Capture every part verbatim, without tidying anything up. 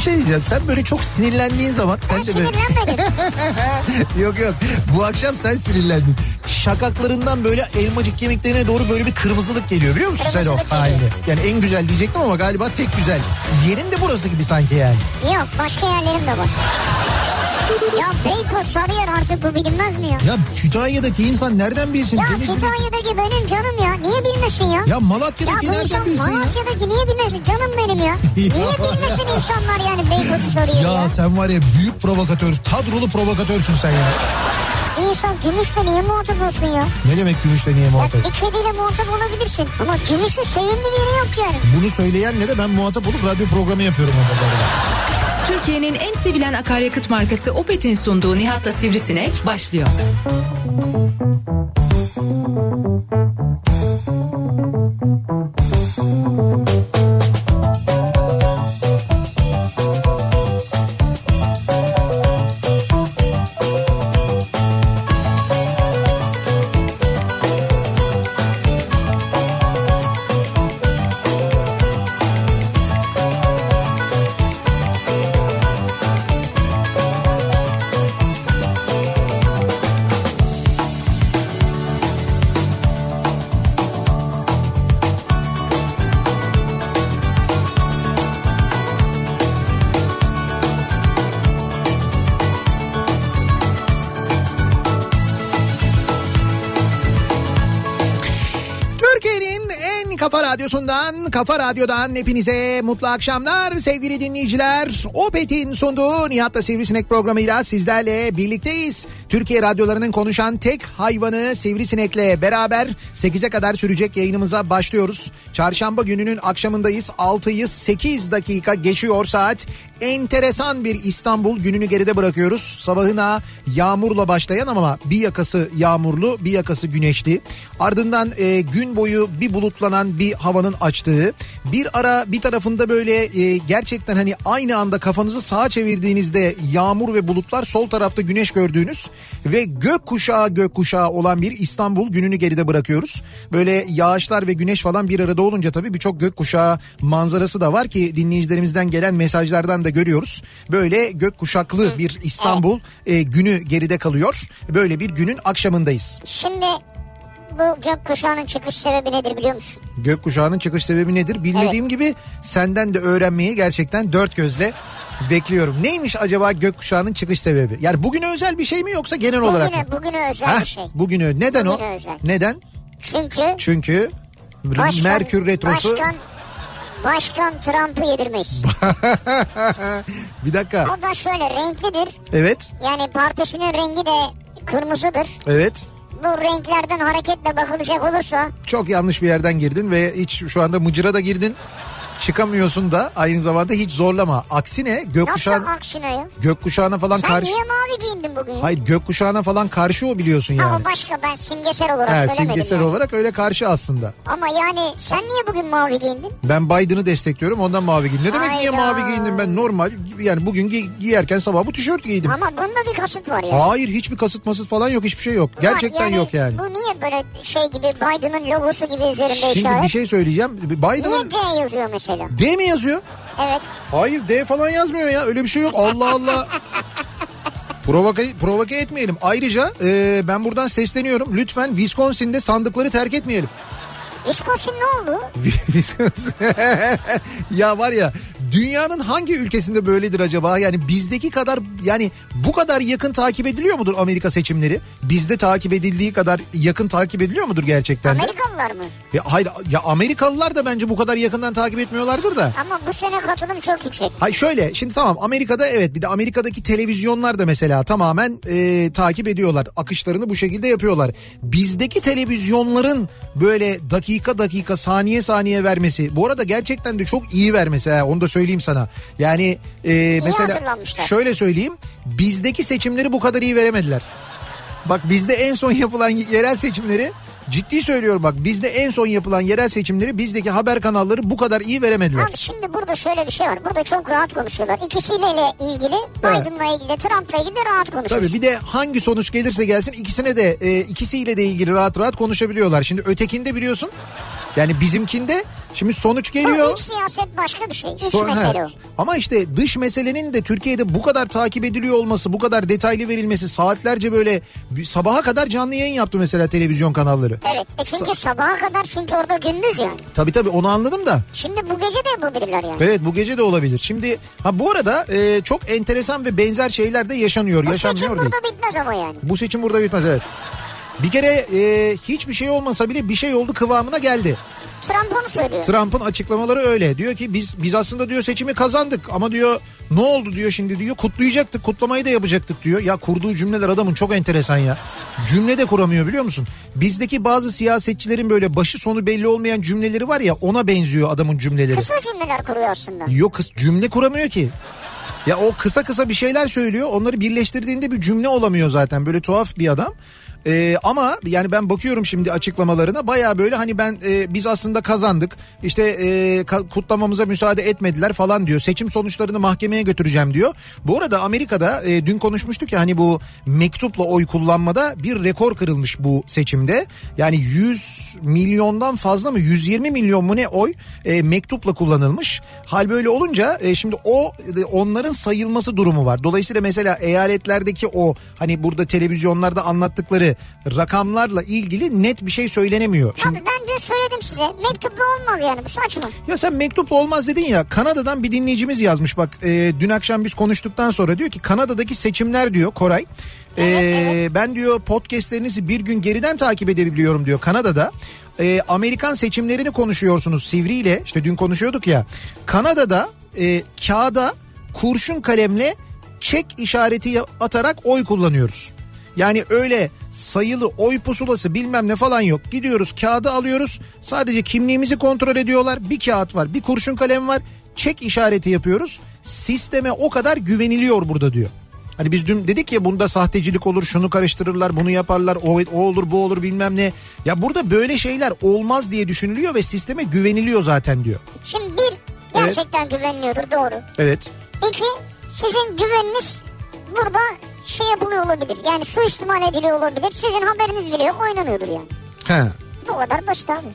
şey diyeceğim. Sen böyle çok sinirlendiğin zaman... Ben sen de sinirlenmedim. Böyle... yok yok. Bu akşam sen sinirlendin. Şakaklarından böyle elmacık kemiklerine doğru böyle bir kırmızılık geliyor biliyor musun sen o halini? Yani en güzel diyecektim ama galiba tek güzel. Yerin de burası gibi sanki yani. Yok, başka yerlerim de var. Ya Beykoz, Sarıyer, artık bu bilinmez mi ya? Ya Kütahya'daki insan nereden bilsin? Ya Denizli... Kütahya'daki benim canım ya. Niye bilmesin ya? Ya Malatya'daki ya nereden bilsin ya? Malatya'daki niye bilmesin? Canım benim ya. Niye bilmesin insanlar yani Beykoz'u soruyor ya? Ya sen var ya büyük provokatör, kadrolu provokatörsün sen ya. İnsan gümüşle niye muhatap olsun ya? Ne demek gümüşle niye muhatap? Ya bir kediyle muhatap olabilirsin. Ama gümüşün sevimli bir yeri yok yani. Bunu söyleyen ne de ben muhatap olup radyo programı yapıyorum orada. Türkiye'nin en sevilen akaryakıt markası Opet'in sunduğu Nihat'la Sivrisinek başlıyor. Radyosundan, Kafa Radyo'dan hepinize mutlu akşamlar sevgili dinleyiciler. Opet'in sunduğu Nihat'la Sivrisinek programıyla sizlerle birlikteyiz. Türkiye radyolarının konuşan tek hayvanı Sivrisinek'le beraber sekize kadar sürecek yayınımıza başlıyoruz. Çarşamba gününün akşamındayız. altıyı sekiz dakika geçiyor saat. Enteresan bir İstanbul gününü geride bırakıyoruz. Sabahına yağmurla başlayan ama bir yakası yağmurlu, bir yakası güneşli. Ardından e, gün boyu bir bulutlanan bir havanın açtığı, bir ara bir tarafında böyle e, gerçekten hani aynı anda kafanızı sağa çevirdiğinizde yağmur ve bulutlar, sol tarafta güneş gördüğünüz ve gökkuşağı gökkuşağı olan bir İstanbul gününü geride bırakıyoruz. Böyle yağışlar ve güneş falan bir arada olunca tabii birçok gökkuşağı manzarası da var ki dinleyicilerimizden gelen mesajlardan da görüyoruz. Böyle gökkuşaklı bir İstanbul e, günü geride kalıyor. Böyle bir günün akşamındayız. Şimdi bu gökkuşağının çıkış sebebi nedir biliyor musun? Gökkuşağının çıkış sebebi nedir? Bilmediğim evet. gibi senden de öğrenmeyi gerçekten dört gözle bekliyorum. Neymiş acaba gökkuşağının çıkış sebebi? Yani bugüne özel bir şey mi yoksa genel bugüne, olarak mı? Bugüne özel Heh, bir şey. Bugüne neden bugüne o? Özel. Neden? Çünkü Çünkü başkan, Merkür retrosu. Başkan, başkan Trump'ı yedirmiş. Bir dakika. O da şöyle renklidir. Evet. Yani partisinin rengi de kırmızıdır. Evet. Bu renklerden hareketle bakılacak olursa... Çok yanlış bir yerden girdin ve hiç şu anda mıcıra da girdin. Çıkamıyorsun da aynı zamanda hiç zorlama. Aksine gökkuşağı... Nasıl aksine ya? Gökkuşağına falan Sen karşı... Sen niye mavi giyindin bugün? Hayır, gökkuşağına falan karşı o biliyorsun yani. Ama başka, ben simgesel olarak He, söylemedim simgesel yani. olarak öyle karşı aslında. Ama yani sen niye bugün mavi giyindin? Ben Biden'ı destekliyorum, ondan mavi giyindim. Ne demek Hayda. niye mavi giyindim ben, normal yani bugün gi- giyerken sabah bu tişört giydim. Ama bunda bir kasıt var yani. Hayır, hiçbir kasıt masıt falan yok, hiçbir şey yok. Gerçekten yani, yok yani. Bu niye böyle şey gibi, Biden'ın logosu gibi üzerinde Şimdi işaret? bir şey söyleyeceğim. Biden'ın... Niye D yazıyor mesela? D mi yazıyor? Evet. Hayır, D falan yazmıyor ya, öyle bir şey yok. Allah Allah. Provoke, provoke etmeyelim. Ayrıca e, ben buradan sesleniyorum. Lütfen Wisconsin'de sandıkları terk etmeyelim. Wisconsin ne oldu? Ya var ya, dünyanın hangi ülkesinde böyledir acaba? Yani bizdeki kadar, yani bu kadar yakın takip ediliyor mudur Amerika seçimleri? Bizde takip edildiği kadar yakın takip ediliyor mudur gerçekten de? Amerikalılar mı? Ya hayır, ya Amerikalılar da bence bu kadar yakından takip etmiyorlardır da. Ama bu sene katılım çok yüksek. Hayır şöyle, şimdi tamam, Amerika'da evet, bir de Amerika'daki televizyonlar da mesela tamamen e, takip ediyorlar. Akışlarını bu şekilde yapıyorlar. Bizdeki televizyonların böyle dakika dakika, saniye saniye vermesi, bu arada gerçekten de çok iyi vermesi ha, onu da söyleyeyim sana. Yani e, mesela şöyle söyleyeyim, bizdeki seçimleri bu kadar iyi veremediler. Bak bizde en son yapılan yerel seçimleri, ciddi söylüyorum bak, bizde en son yapılan yerel seçimleri bizdeki haber kanalları bu kadar iyi veremediler. Abi şimdi burada şöyle bir şey var. Burada çok rahat konuşuyorlar. İkisiyle ilgili, evet. Biden'la ilgili, Trump'la ilgili de rahat konuşuyorsun. Tabii, bir de hangi sonuç gelirse gelsin ikisine de e, ikisiyle de ilgili rahat rahat konuşabiliyorlar. Şimdi ötekinde biliyorsun, yani bizimkinde Şimdi sonuç geliyor. Bu iç siyaset başka bir şey. İç Son, mesele he. o. Ama işte dış meselenin de Türkiye'de bu kadar takip ediliyor olması, bu kadar detaylı verilmesi, saatlerce böyle sabaha kadar canlı yayın yaptı mesela televizyon kanalları. Evet. E çünkü Sa- sabaha kadar, çünkü orada gündüz yani. Tabii tabii, onu anladım da. Şimdi bu gece de yapabilirler yani. Evet, bu gece de olabilir. Şimdi ha bu arada e, çok enteresan ve benzer şeyler de yaşanıyor. Bu Yaşanmıyor seçim değil. burada bitmez ama yani. Bu seçim burada bitmez, evet. Bir kere e, hiçbir şey olmasa bile bir şey oldu kıvamına geldi. Trump onu söylüyor. Trump'ın açıklamaları öyle. Diyor ki biz biz aslında diyor seçimi kazandık ama diyor ne oldu diyor şimdi diyor, kutlayacaktık, kutlamayı da yapacaktık diyor. Ya kurduğu cümleler adamın çok enteresan ya. Cümle de kuramıyor biliyor musun? Bizdeki bazı siyasetçilerin böyle başı sonu belli olmayan cümleleri var ya, ona benziyor adamın cümleleri. Kısa cümleler kuruyor aslında. Yok, kız cümle kuramıyor ki. Ya o kısa kısa bir şeyler söylüyor, onları birleştirdiğinde bir cümle olamıyor zaten, böyle tuhaf bir adam. Ee, ama yani ben bakıyorum şimdi açıklamalarına, baya böyle hani ben e, biz aslında kazandık işte e, ka- kutlamamıza müsaade etmediler falan diyor. Seçim sonuçlarını mahkemeye götüreceğim diyor. Bu arada Amerika'da e, dün konuşmuştuk ya hani, bu mektupla oy kullanmada bir rekor kırılmış bu seçimde. Yani yüz milyondan fazla mı, yüz yirmi milyon mu ne oy e, mektupla kullanılmış. Hal böyle olunca e, şimdi o e, onların sayılması durumu var. Dolayısıyla mesela eyaletlerdeki o hani burada televizyonlarda anlattıkları rakamlarla ilgili net bir şey söylenemiyor. Şimdi, abi bence söyledim size, mektupla olmaz yani, bu saçma. ya sen mektupla olmaz dedin ya, Kanada'dan bir dinleyicimiz yazmış bak e, dün akşam biz konuştuktan sonra, diyor ki Kanada'daki seçimler diyor Koray. Evet, ee, evet. Ben diyor podcastlerinizi bir gün geriden takip edebiliyorum diyor Kanada'da. Ee, Amerikan seçimlerini konuşuyorsunuz Sivri ile, işte dün konuşuyorduk ya. Kanada'da e, kağıda kurşun kalemle çek işareti atarak oy kullanıyoruz. Yani öyle sayılı oy pusulası bilmem ne falan yok. Gidiyoruz, kağıdı alıyoruz, sadece kimliğimizi kontrol ediyorlar. Bir kağıt var, bir kurşun kalem var, çek işareti yapıyoruz. Sisteme o kadar güveniliyor burada diyor. Hani biz dün dedik ya bunda sahtecilik olur, şunu karıştırırlar, bunu yaparlar, o, o olur bu olur bilmem ne. Ya burada böyle şeyler olmaz diye düşünülüyor ve sisteme güveniliyor zaten diyor. Şimdi bir, gerçekten evet, güveniliyordur, doğru. Evet. İki, sizin güveniniz burada şey yapılıyor olabilir. Yani suistimal ediliyor olabilir. Sizin haberiniz bile yok, oynanıyordur yani. He. Bu kadar basit abi.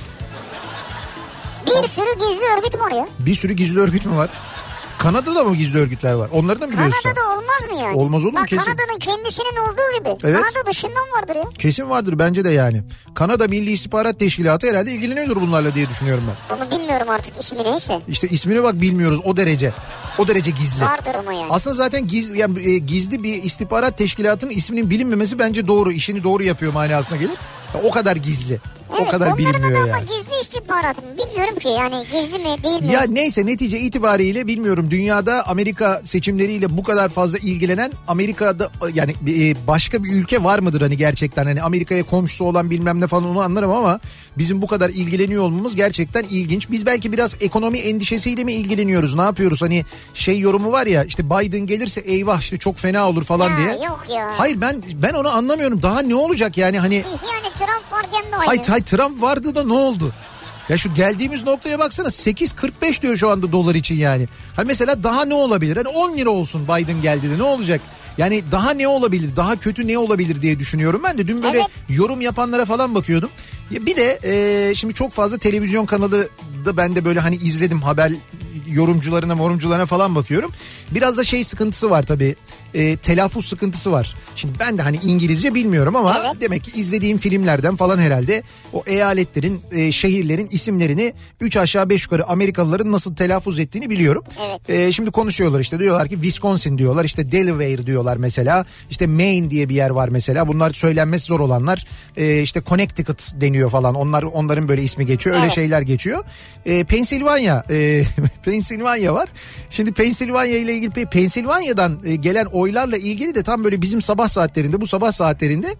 Bir sürü gizli örgüt var ya. Bir sürü gizli örgüt mü var? Kanada'da mı gizli örgütler var? Onları da mı biliyorsun? Kanada'da olmaz mı yani? Olmaz olur mu? Bak, kesin. Kanada'nın kendisinin olduğu gibi. Evet. Kanada dışından vardır ya. Kesin vardır bence de yani. Kanada Milli İstihbarat Teşkilatı herhalde ilgileniyordur bunlarla diye düşünüyorum ben. Onu bilmiyorum artık, ismi neyse. İşte ismini bak bilmiyoruz, o derece. O derece gizli. Vardır ama yani. Aslında zaten gizli, yani gizli bir istihbarat teşkilatının isminin bilinmemesi bence doğru. İşini doğru yapıyor manasına gelir. O kadar gizli. Evet, o kadar bilinmiyor yani. Ama gizli istihbarat mı bilmiyorum ki, yani gizli mi değil mi? Ya neyse, netice itibariyle bilmiyorum, dünyada Amerika seçimleriyle bu kadar fazla ilgilenen Amerika'da yani başka bir ülke var mıdır hani gerçekten, hani Amerika'ya komşusu olan bilmem ne falan, onu anlarım ama bizim bu kadar ilgileniyor olmamız gerçekten ilginç. Biz belki biraz ekonomi endişesiyle mi ilgileniyoruz, ne yapıyoruz, hani şey yorumu var ya işte Biden gelirse eyvah işte çok fena olur falan ya, diye. Yok ya. Hayır, ben ben onu anlamıyorum, daha ne olacak yani hani. Yani Trump varken de aynı. Hayır, hayır Trump vardı da ne oldu? Ya şu geldiğimiz noktaya baksana, sekiz kırk beş diyor şu anda dolar için yani. Hani mesela daha ne olabilir? Hani on lira olsun Biden geldi de ne olacak? Yani daha ne olabilir? Daha kötü ne olabilir diye düşünüyorum ben de. Dün böyle evet, yorum yapanlara falan bakıyordum. Ya bir de e, şimdi çok fazla televizyon kanalı da ben de böyle hani izledim, haber yorumcularına morumcularına falan bakıyorum. Biraz da şey sıkıntısı var tabii. E, telaffuz sıkıntısı var. Şimdi ben de hani İngilizce bilmiyorum ama evet, demek ki izlediğim filmlerden falan herhalde o eyaletlerin, e, şehirlerin isimlerini üç aşağı beş yukarı Amerikalıların nasıl telaffuz ettiğini biliyorum. Evet. E, şimdi konuşuyorlar işte, diyorlar ki Wisconsin diyorlar, işte Delaware diyorlar mesela, işte Maine diye bir yer var mesela, bunlar söylenmesi zor olanlar, e, işte Connecticut deniyor falan, onlar onların böyle ismi geçiyor, öyle evet, şeyler geçiyor. E, Pensilvanya e, Pensilvanya var. Şimdi Pensilvanya ile ilgili, Pensilvanya'dan e, gelen oylarla ilgili de tam böyle bizim sabah saatlerinde, bu sabah saatlerinde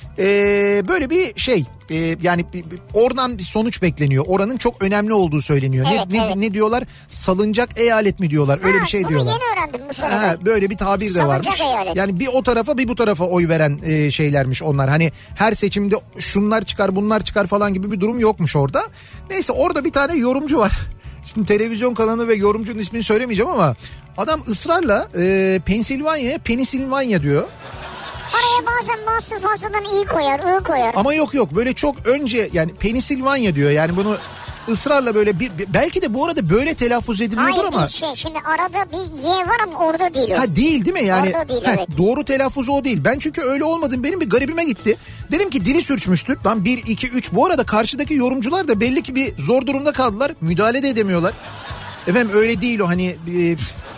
ee, böyle bir şey e, yani oradan bir sonuç bekleniyor. Oranın çok önemli olduğu söyleniyor. Evet, ne, evet. ne ne diyorlar? Salıncak eyalet mi diyorlar? Öyle ha, bir şey diyorlar. Bunu yeni öğrendim bu sırada. Ha, böyle bir tabir de Salıncak varmış. eyalet. Yani bir o tarafa bir bu tarafa oy veren e, şeylermiş onlar. Hani her seçimde şunlar çıkar bunlar çıkar falan gibi bir durum yokmuş orada. Neyse, orada bir tane yorumcu var. Şimdi televizyon kanalı ve yorumcunun ismini söylemeyeceğim ama adam ısrarla e, Pensilvanya'ya Pensilvanya diyor. Araya bazen bazı fazladan iyi koyar, ı koyar. Ama yok yok, böyle çok önce yani Pensilvanya diyor, yani bunu ısrarla böyle bir belki de bu arada böyle telaffuz ediliyordur Hayır, ama. Hayır şey şimdi arada bir Y var ama orada değil o. Ha değil değil mi yani? Orada değil, heh, evet. Doğru telaffuzu o değil. Ben çünkü öyle olmadım, benim bir garibime gitti. Dedim ki dili sürçmüştür. Lan bir iki üç bu arada karşıdaki yorumcular da belli ki bir zor durumda kaldılar. Müdahale de edemiyorlar. Efendim öyle değil o hani e,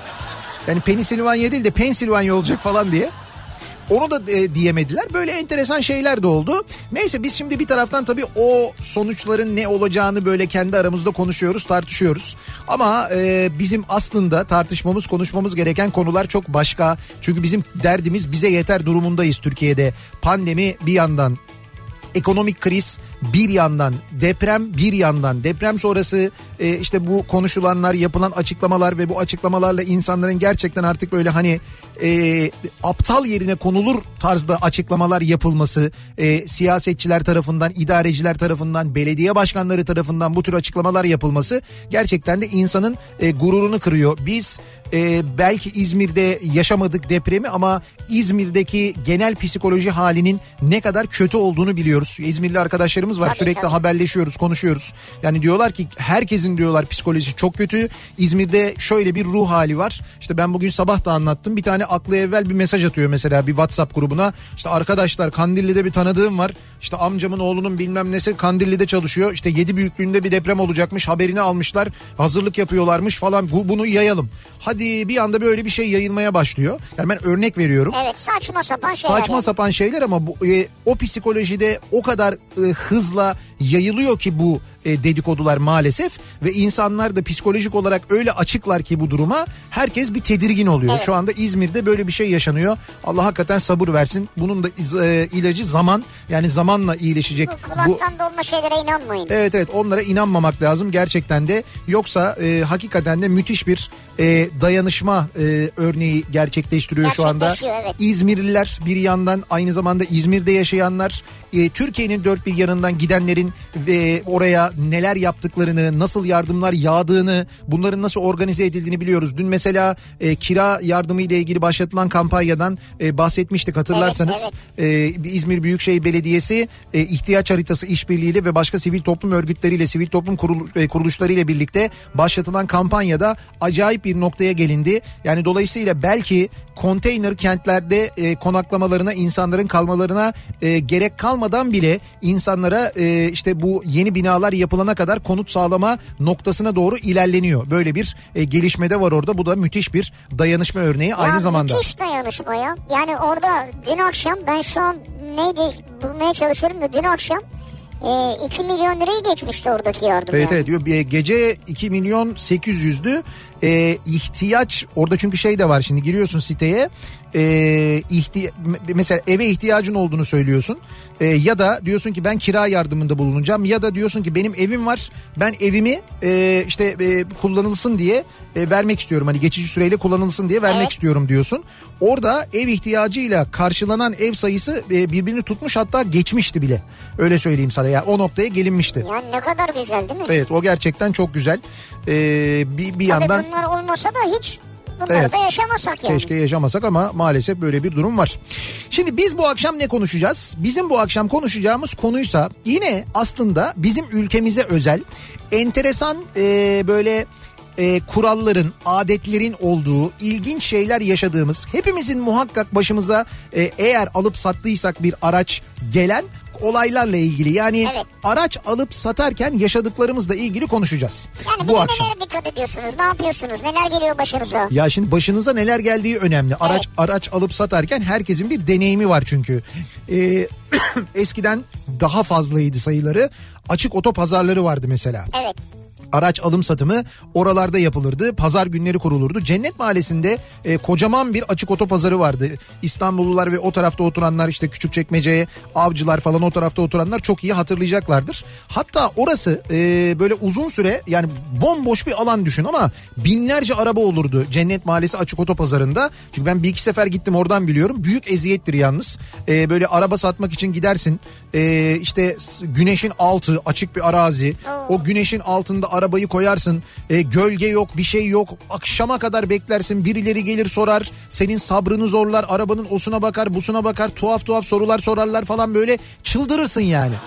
yani Pensilvanya değil de Pensilvanya olacak falan diye. Onu da e, diyemediler. Böyle enteresan şeyler de oldu. Neyse biz şimdi bir taraftan tabii o sonuçların ne olacağını böyle kendi aramızda konuşuyoruz, tartışıyoruz. Ama e, bizim aslında tartışmamız, konuşmamız gereken konular çok başka. Çünkü bizim derdimiz bize yeter durumundayız Türkiye'de. Pandemi bir yandan, ekonomik kriz bir yandan, deprem bir yandan, deprem sonrası e, işte bu konuşulanlar, yapılan açıklamalar ve bu açıklamalarla insanların gerçekten artık böyle hani e, aptal yerine konulur tarzda açıklamalar yapılması, e, siyasetçiler tarafından, idareciler tarafından, belediye başkanları tarafından bu tür açıklamalar yapılması gerçekten de insanın e, gururunu kırıyor. Biz e, belki İzmir'de yaşamadık depremi ama İzmir'deki genel psikoloji halinin ne kadar kötü olduğunu biliyoruz. İzmirli arkadaşlarımız var, tabii, sürekli tabii. haberleşiyoruz, konuşuyoruz. Yani diyorlar ki herkesin diyorlar psikolojisi çok kötü. İzmir'de şöyle bir ruh hali var. İşte ben bugün sabah da anlattım. Bir tane aklı evvel bir mesaj atıyor mesela bir WhatsApp grubuna. İşte arkadaşlar Kandilli'de bir tanıdığım var. İşte amcamın oğlunun bilmem nesi Kandilli'de çalışıyor. İşte yedi büyüklüğünde bir deprem olacakmış, haberini almışlar. Hazırlık yapıyorlarmış falan. Bu, bunu yayalım. Hadi bir anda böyle bir şey yayılmaya başlıyor. Yani ben örnek veriyorum. Evet, saçma sapan şeyler. Saçma yani. sapan şeyler ama bu, e, o psikolojide o kadar e, hızla yayılıyor ki bu e, dedikodular maalesef ve insanlar da psikolojik olarak öyle açıklar ki bu duruma, herkes bir tedirgin oluyor. Evet. Şu anda İzmir'de böyle bir şey yaşanıyor. Allah hakikaten sabır versin. Bunun da e, ilacı zaman, yani zamanla iyileşecek. Bu kulaktan dolma şeylere inanmayın. Evet evet, onlara inanmamak lazım gerçekten de. Yoksa e, hakikaten de müthiş bir e, dayanışma e, örneği gerçekleştiriyor şu anda. Gerçekleşiyor, evet. İzmirliler bir yandan, aynı zamanda İzmir'de yaşayanlar, e, Türkiye'nin dört bir yanından gidenlerin ve oraya neler yaptıklarını, nasıl yardımlar yağdığını, bunların nasıl organize edildiğini biliyoruz. Dün mesela e, kira yardımı ile ilgili başlatılan kampanyadan e, bahsetmiştik hatırlarsanız. Evet, E, İzmir Büyükşehir Belediyesi e, ihtiyaç haritası işbirliğiyle ve başka sivil toplum örgütleriyle, sivil toplum kurul, e, kuruluşlarıyla birlikte başlatılan kampanyada acayip bir noktaya gelindi. Yani dolayısıyla belki konteyner kentlerde e, konaklamalarına, insanların kalmalarına e, gerek kalmadan bile insanlara e, işte bu yeni binalar yapılana kadar konut sağlama noktasına doğru ilerleniyor. Böyle bir e, gelişme de var orada. Bu da müthiş bir dayanışma örneği ya aynı zamanda. Müthiş dayanışma ya. Yani orada dün akşam, ben şu an neydi bulmaya çalışıyorum da dün akşam e, iki milyon lirayı geçmişti oradaki yardım. Evet yani. evet diyor, gece iki milyon sekiz yüzdü. Ee, ihtiyaç orada, çünkü şey de var, şimdi giriyorsun siteye, e, ihti- mesela eve ihtiyacın olduğunu söylüyorsun, e, ya da diyorsun ki ben kira yardımında bulunacağım, ya da diyorsun ki benim evim var, ben evimi e, işte e, kullanılsın diye e, vermek istiyorum, hani geçici süreyle kullanılsın diye vermek Evet. istiyorum diyorsun. Orada ev ihtiyacıyla karşılanan ev sayısı e, birbirini tutmuş, hatta geçmişti bile, öyle söyleyeyim sana ya, o noktaya gelinmişti. Yani ne kadar güzel değil mi? Evet, o gerçekten çok güzel. Ee, bir, bir Tabii yandan bunlar olmasa da hiç bunları Evet. da yaşamasak yani. keşke yaşamasak ama maalesef böyle bir durum var. Şimdi biz bu akşam ne konuşacağız? Bizim bu akşam konuşacağımız konuysa yine aslında bizim ülkemize özel enteresan e, böyle e, kuralların, adetlerin olduğu, ilginç şeyler yaşadığımız, hepimizin muhakkak başımıza e, eğer alıp sattıysak bir araç gelen olaylarla ilgili, yani Evet. araç alıp satarken yaşadıklarımızla ilgili konuşacağız. Yani bir bu de akşam. nelere dikkat ediyorsunuz? Ne yapıyorsunuz? Neler geliyor başınıza? Ya şimdi başınıza neler geldiği önemli. Araç Evet. araç alıp satarken herkesin bir deneyimi var çünkü. Ee, eskiden daha fazlaydı sayıları. Açık oto pazarları vardı mesela. Evet. Araç alım satımı oralarda yapılırdı. Pazar günleri kurulurdu. Cennet Mahallesi'nde e, kocaman bir açık oto pazarı vardı. İstanbullular ve o tarafta oturanlar, işte Küçükçekmece, Avcılar falan, o tarafta oturanlar çok iyi hatırlayacaklardır. Hatta orası e, böyle uzun süre, yani bomboş bir alan düşün ama binlerce araba olurdu Cennet Mahallesi açık oto pazarında. Çünkü ben bir iki sefer gittim, oradan biliyorum. Büyük eziyettir yalnız. E, böyle araba satmak için gidersin. E, işte güneşin altı açık bir arazi. O güneşin altında arabayı koyarsın, e, gölge yok, bir şey yok, akşama kadar beklersin, birileri gelir sorar, senin sabrını zorlar, arabanın osuna bakar busuna bakar, tuhaf tuhaf sorular sorarlar falan, böyle çıldırırsın yani.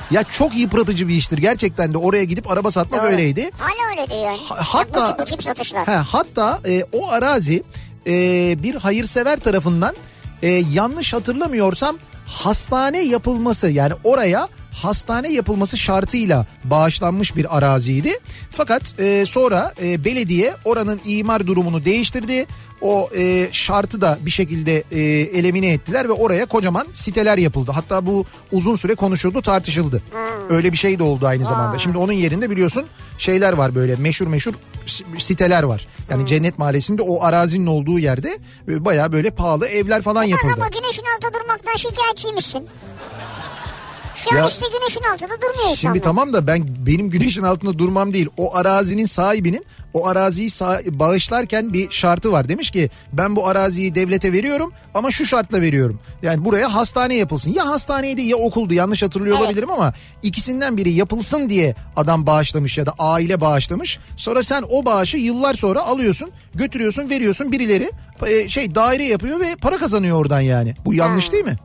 Ya çok yıpratıcı bir iştir gerçekten de, oraya gidip araba satmak. Doğru. Öyleydi. Hala öyle diyor yani. Hatta ya bu, tip, bu tip satışlar. He, hatta e, o arazi e, bir hayırsever tarafından e, yanlış hatırlamıyorsam hastane yapılması, yani oraya hastane yapılması şartıyla bağışlanmış bir araziydi. Fakat e, sonra e, belediye oranın imar durumunu değiştirdi. O e, şartı da bir şekilde e, elimine ettiler ve oraya kocaman siteler yapıldı. Hatta bu uzun süre konuşuldu, tartışıldı. Hmm. Öyle bir şey de oldu aynı zamanda. Hmm. Şimdi onun yerinde biliyorsun şeyler var, böyle meşhur meşhur siteler var. Yani hmm. Cennet Mahallesi'nde o arazinin olduğu yerde bayağı böyle pahalı evler falan yapıldı. Ama güneşin altında durmaktan şikayetçiymişsin. Şu an ya, işte güneşin altında durmuyor insanlar. Şimdi tamam da ben benim güneşin altında durmam değil. O arazinin sahibinin o araziyi sah- bağışlarken bir şartı var. Demiş ki ben bu araziyi devlete veriyorum ama şu şartla veriyorum. Yani buraya hastane yapılsın. Ya hastaneydi ya okuldu, yanlış hatırlıyor evet. olabilirim ama ikisinden biri yapılsın diye adam bağışlamış ya da aile bağışlamış. Sonra sen o bağışı yıllar sonra alıyorsun, götürüyorsun, veriyorsun, birileri e, şey daire yapıyor ve para kazanıyor oradan yani. Bu yanlış ha. değil mi?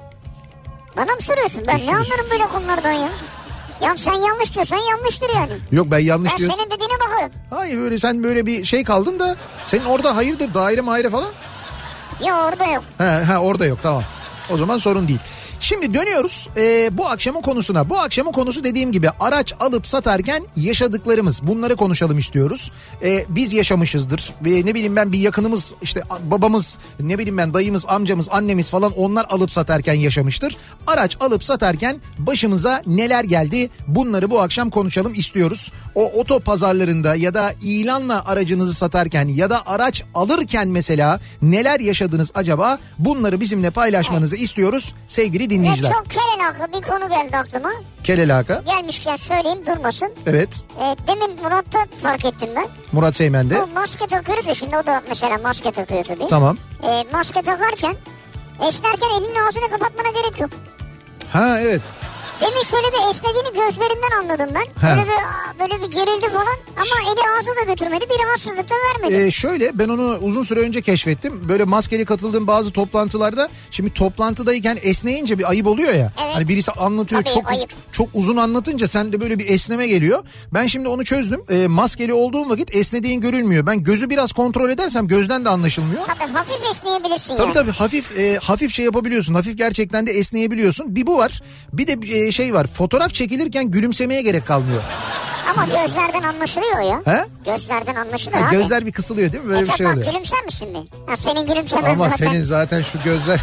Bana mı soruyorsun? Ben ne anlarım böyle konulardan ya? Ya sen yanlış diyorsan yanlıştır yani. Yok ben yanlış ben diyorum. Ben senin dediğine bakarım. Hayır, böyle sen böyle bir şey kaldın da senin orada hayırdır, daire maire falan? Ya orada yok. He, he orada yok, tamam. O zaman sorun değil. Şimdi dönüyoruz e, bu akşamın konusuna. Bu akşamın konusu dediğim gibi araç alıp satarken yaşadıklarımız. Bunları konuşalım istiyoruz. E, biz yaşamışızdır. Ve ne bileyim ben bir yakınımız, işte babamız, ne bileyim ben dayımız, amcamız, annemiz falan, onlar alıp satarken yaşamıştır. Araç alıp satarken başımıza neler geldi? Bunları bu akşam konuşalım istiyoruz. O oto pazarlarında ya da ilanla aracınızı satarken ya da araç alırken mesela neler yaşadınız acaba? Bunları bizimle paylaşmanızı evet. istiyoruz sevgili dinleyiciler. Ve çok kelelaka bir konu geldi aklıma. Kelelaka. Gelmişken söyleyeyim, durmasın. Evet. E, demin Murat'ta fark ettim ben. Murat Seymen'de. Bu maske takıyoruz ya, şimdi o da mesela maske takıyor tabii. Tamam. E, maske takarken esnerken elinin ağzını kapatmana gerek yok. Ha evet. Demin şöyle bir esnediğini gözlerinden anladım ben. He. Böyle bir böyle bir gerildi falan ama eli ağzına da götürmedi, bir rahatsızlık da vermedi. Ee, şöyle ben onu uzun süre önce keşfettim. Böyle maskeli katıldığım bazı toplantılarda, şimdi toplantıdayken esneyince bir ayıp oluyor ya. Evet. Hani birisi anlatıyor, tabii, çok ayıp. çok uzun anlatınca sende böyle bir esneme geliyor. Ben şimdi onu çözdüm. Ee, maskeli olduğum vakit esnediğin görülmüyor. Ben gözü biraz kontrol edersem gözden de anlaşılmıyor. Tabii hafif esneyebilirsin tabii yani. Tabii tabii hafif e, hafif şey yapabiliyorsun. Hafif gerçekten de esneyebiliyorsun. Bir bu var. Bir de e, şey var. Fotoğraf çekilirken gülümsemeye gerek kalmıyor. Ama gözlerden anlaşılıyor ya. He? Gözlerden anlaşılıyor ha, abi. Gözler bir kısılıyor değil mi? Böyle e bir şey oluyor. Gülümser misin mi? Ha, senin gülümsemen Ama zaten. Ama senin zaten şu gözler.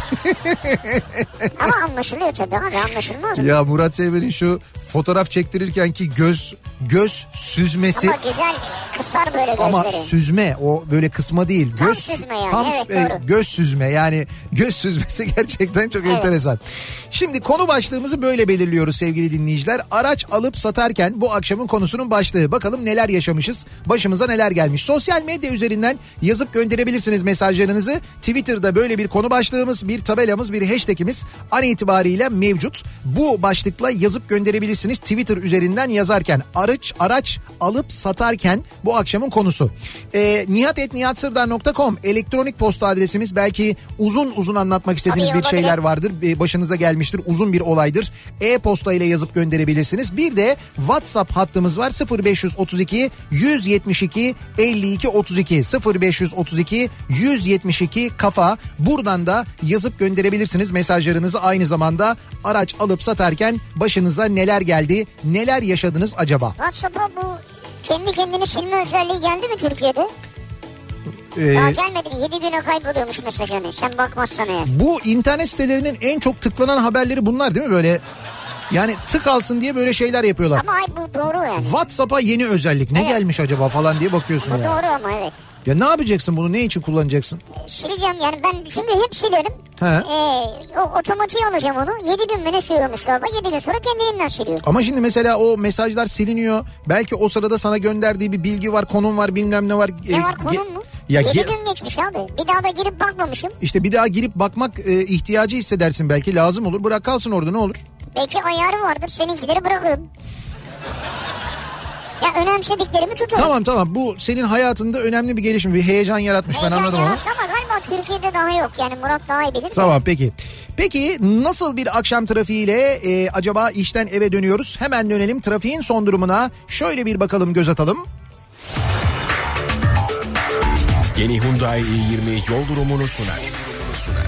Ama anlaşılıyor tabii abi, anlaşılmaz mı? Ya Murat Seymen'in şu fotoğraf çektirirken ki göz göz süzmesi. Ama güzel kısar böyle gözleri. Ama süzme, o böyle kısma değil. Tam göz, süzme yani, tam, evet e, doğru. Göz süzme yani, göz süzmesi gerçekten çok evet. enteresan. Şimdi konu başlığımızı böyle belirliyoruz sevgili dinleyiciler. Araç alıp satarken bu akşamın konusunun başlığı. Bakalım neler yaşamışız, başımıza neler gelmiş. Sosyal medya üzerinden yazıp gönderebilirsiniz mesajlarınızı. Twitter'da böyle bir konu başlığımız, bir tabelamız, bir hashtagimiz an itibariyle mevcut. Bu başlıkla yazıp gönderebilirsiniz Twitter üzerinden yazarken. Araç araç alıp satarken bu akşamın konusu. Ee, nihat et nihat sırdar nokta com elektronik posta adresimiz. Belki uzun uzun anlatmak istediğiniz Tabii, bir olabilir. şeyler vardır. Başınıza gelmiştir. Uzun bir olaydır. E-posta ile yazıp gönderebilirsiniz. Bir de WhatsApp hattımız var. sıfır beş otuz iki yüz yetmiş iki elli iki otuz iki sıfır beş otuz iki yüz yetmiş iki kafa. Buradan da yazıp gönderebilirsiniz mesajlarınızı. Aynı zamanda araç alıp satarken başınıza neler geldi, neler yaşadınız acaba? WhatsApp'a bu kendi kendini silme özelliği geldi mi Türkiye'de? Ee, Daha gelmedi mi? yedi güne kayboluyormuş mesaj, hani sen bakmazsan eğer. Bu internet sitelerinin en çok tıklanan haberleri bunlar değil mi böyle? Yani tık alsın diye böyle şeyler yapıyorlar. Ama ay bu doğru yani. WhatsApp'a yeni özellik ne evet. gelmiş acaba falan diye bakıyorsun bu yani. Bu doğru ama evet. Ya ne yapacaksın bunu, ne için kullanacaksın? Ee, sileceğim yani ben, çünkü hep silerim. He. Ee, o otomatiğe alacağım onu. yedi gün mü ne sürüyormuş galiba, yedi gün sonra kendiliğinden siliyor. Ama şimdi mesela o mesajlar siliniyor. Belki o sırada sana gönderdiği bir bilgi var, konum var, bilmem ne var. Ne var, konum mu? Ya yedi ge- gün geçmiş abi. Bir daha da girip bakmamışım. İşte bir daha girip bakmak e, ihtiyacı hissedersin belki, lazım olur. Bırak kalsın orada, ne olur. Belki ayarı vardır, seninkileri bırakırım. Ya önemsediklerimi tutarım. Tamam tamam, bu senin hayatında önemli bir gelişim, bir heyecan yaratmış, heyecan ben anladım onu. Heyecan yarattı ama galiba Türkiye'de daha yok yani, Murat daha iyi bilir. Tamam peki. Peki nasıl bir akşam trafiğiyle e, acaba işten eve dönüyoruz? Hemen dönelim trafiğin son durumuna. Şöyle bir bakalım, göz atalım. Yeni Hyundai i yirmi yol durumunu sunar. sunar.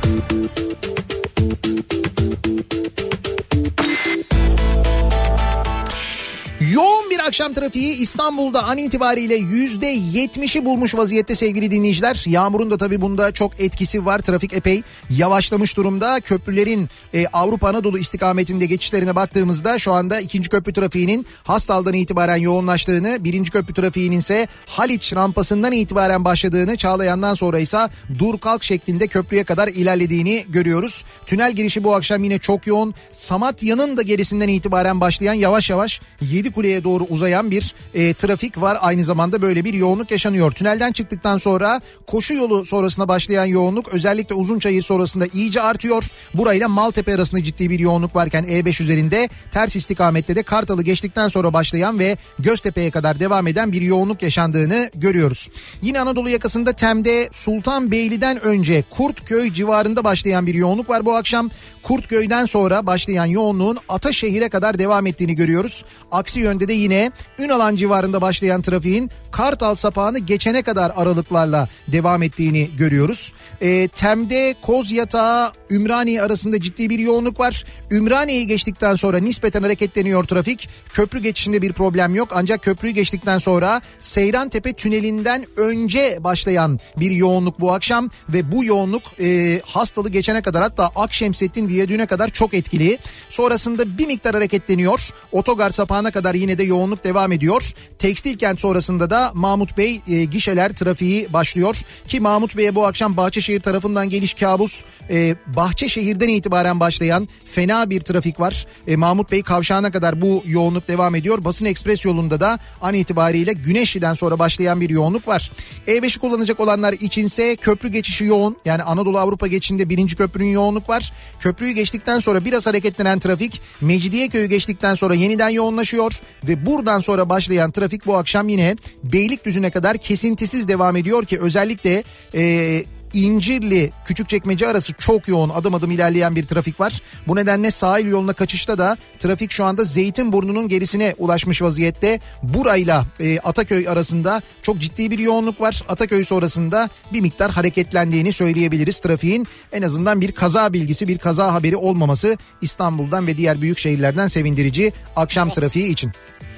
Yoğun bir akşam trafiği İstanbul'da an itibariyle yüzde yetmişi bulmuş vaziyette sevgili dinleyiciler. Yağmurun da tabii bunda çok etkisi var. Trafik epey yavaşlamış durumda. Köprülerin e, Avrupa Anadolu istikametinde geçişlerine baktığımızda şu anda ikinci köprü trafiğinin Hastal'dan itibaren yoğunlaştığını, birinci köprü trafiğinin ise Haliç rampasından itibaren başladığını, Çağlayan'dan sonra ise dur kalk şeklinde köprüye kadar ilerlediğini görüyoruz. Tünel girişi bu akşam yine çok yoğun. Samatya'nın da gerisinden itibaren başlayan yavaş yavaş Yedikule'ye doğru uzayan bir e, trafik var. Aynı zamanda böyle bir yoğunluk yaşanıyor. Tünelden çıktıktan sonra koşu yolu sonrasında başlayan yoğunluk özellikle Uzunçayır sonrasında iyice artıyor. Burayla Maltepe arasında ciddi bir yoğunluk varken E beş üzerinde ters istikamette de Kartal'ı geçtikten sonra başlayan ve Göztepe'ye kadar devam eden bir yoğunluk yaşandığını görüyoruz. Yine Anadolu yakasında Tem'de Sultanbeyli'den önce Kurtköy civarında başlayan bir yoğunluk var bu akşam. Kurtköy'den sonra başlayan yoğunluğun Ataşehir'e kadar devam ettiğini görüyoruz. Aksi yönde de yine Ünalan civarında başlayan trafiğin Kartal sapağını geçene kadar aralıklarla devam ettiğini görüyoruz. E, Tem'de Kozyatağı Ümraniye arasında ciddi bir yoğunluk var. Ümraniye'yi geçtikten sonra nispeten hareketleniyor trafik. Köprü geçişinde bir problem yok. Ancak köprüyü geçtikten sonra Seyrantepe tünelinden önce başlayan bir yoğunluk bu akşam ve bu yoğunluk e, Hastalı geçene kadar, hatta Akşemsettin Viyadüğü'ne kadar çok etkili. Sonrasında bir miktar hareketleniyor. Otogar sapağına kadar yine de yoğunluk devam ediyor. Tekstilkent sonrasında da Mahmut Bey e, gişeler trafiği başlıyor. Ki Mahmut Bey'e bu akşam Bahçeşehir tarafından geliş kabus. E, Bahçeşehir'den itibaren başlayan fena bir trafik var. E, Mahmut Bey kavşağına kadar bu yoğunluk devam ediyor. Basın Ekspres yolunda da an itibariyle Güneşli'den sonra başlayan bir yoğunluk var. E beşi kullanacak olanlar içinse köprü geçişi yoğun. Yani Anadolu Avrupa geçişinde birinci köprünün yoğunluk var. Köprüyü geçtikten sonra biraz hareketlenen trafik Mecidiyeköy'ü geçtikten sonra yeniden yoğunlaşıyor ve buradan sonra başlayan trafik bu akşam yine Beylikdüzü'ne kadar kesintisiz devam ediyor ki özellikle e, İncirli Küçükçekmece arası çok yoğun, adım adım ilerleyen bir trafik var. Bu nedenle sahil yoluna kaçışta da trafik şu anda Zeytinburnu'nun gerisine ulaşmış vaziyette. Burayla e, Ataköy arasında çok ciddi bir yoğunluk var. Ataköy sonrasında bir miktar hareketlendiğini söyleyebiliriz trafiğin. En azından bir kaza bilgisi, bir kaza haberi olmaması İstanbul'dan ve diğer büyük şehirlerden sevindirici akşam evet. trafiği için.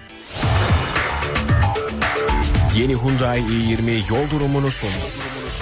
Yeni Hyundai i yirmi yol durumunu sunuyor.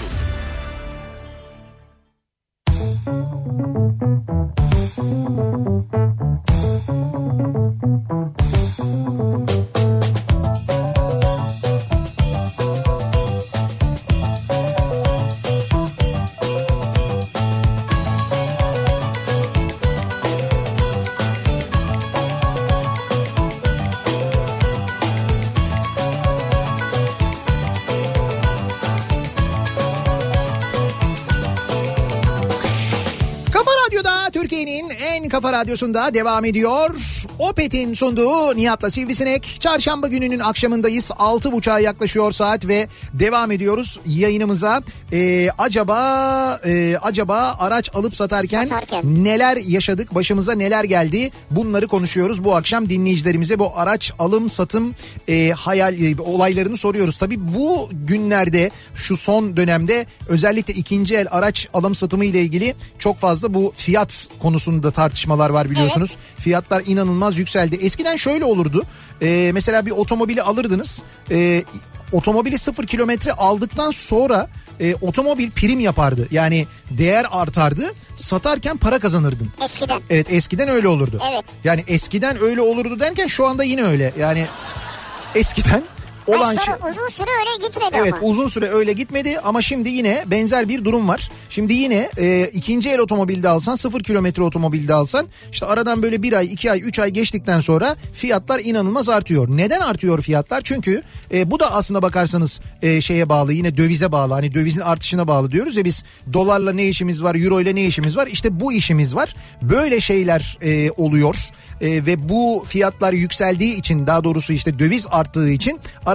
Kafa Radyosu'nda devam ediyor. Opet'in sunduğu Nihat'la Sivrisinek. Çarşamba gününün akşamındayız. Altı buçuğa yaklaşıyor saat ve devam ediyoruz yayınımıza. Ee, acaba e, acaba araç alıp satarken, satarken neler yaşadık? Başımıza neler geldi? Bunları konuşuyoruz bu akşam dinleyicilerimize. Bu araç alım satım e, hayal e, olaylarını soruyoruz. Tabii bu günlerde, şu son dönemde özellikle ikinci el araç alım satımı ile ilgili çok fazla bu fiyat konusunda tartışmalar var biliyorsunuz. Evet. Fiyatlar inanılmaz yükseldi. Eskiden şöyle olurdu. Ee, mesela bir otomobili alırdınız. Ee, otomobili sıfır kilometre aldıktan sonra e, otomobil prim yapardı. Yani değer artardı. Satarken para kazanırdın. Eskiden. Evet, eskiden öyle olurdu. Evet. Yani eskiden öyle olurdu derken şu anda yine öyle. Yani eskiden olan sonra şey... uzun süre öyle gitmedi evet, ama. Evet, uzun süre öyle gitmedi ama şimdi yine benzer bir durum var. Şimdi yine e, ikinci el otomobilde alsan, sıfır kilometre otomobilde alsan işte aradan böyle bir ay, iki ay, üç ay geçtikten sonra fiyatlar inanılmaz artıyor. Neden artıyor fiyatlar? Çünkü e, bu da aslında bakarsanız e, şeye bağlı, yine dövize bağlı. Hani dövizin artışına bağlı diyoruz ya biz, dolarla ne işimiz var, euro ile ne işimiz var? İşte bu işimiz var. Böyle şeyler e, oluyor. E, ve bu fiyatlar yükseldiği için, daha doğrusu işte döviz arttığı için araç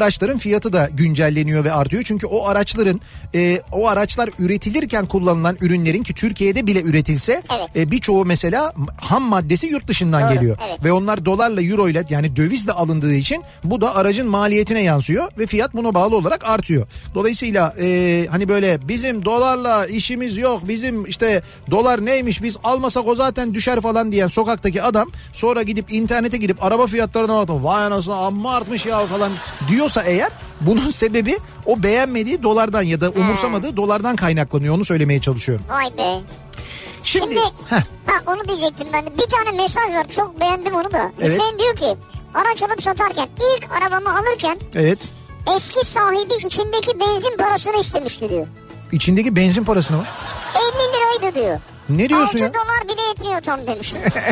araçların fiyatı da güncelleniyor ve artıyor. Çünkü o araçların e, o araçlar üretilirken kullanılan ürünlerin ki Türkiye'de bile üretilse evet. e, birçoğu mesela ham maddesi yurt dışından Doğru, geliyor. evet. Ve onlar dolarla, euro ile yani dövizle alındığı için bu da aracın maliyetine yansıyor ve fiyat buna bağlı olarak artıyor. Dolayısıyla e, hani böyle bizim dolarla işimiz yok, bizim işte dolar neymiş biz almasak o zaten düşer falan diyen sokaktaki adam sonra gidip internete girip araba fiyatlarına bakıp vay anasını amma artmış ya falan diyorsa eğer bunun sebebi o beğenmediği dolardan ya da umursamadığı hmm. dolardan kaynaklanıyor, onu söylemeye çalışıyorum. Vay be. Şimdi, Şimdi ha, onu diyecektim ben de. Bir tane mesaj var, çok beğendim onu da. Evet. Hüseyin diyor ki araç alıp satarken ilk arabamı alırken evet. eski sahibi içindeki benzin parasını istemişti diyor. İçindeki benzin parasını mı? elli liraydı diyor. Ne diyorsun ya? altı dolar bile etmiyor tam demiş.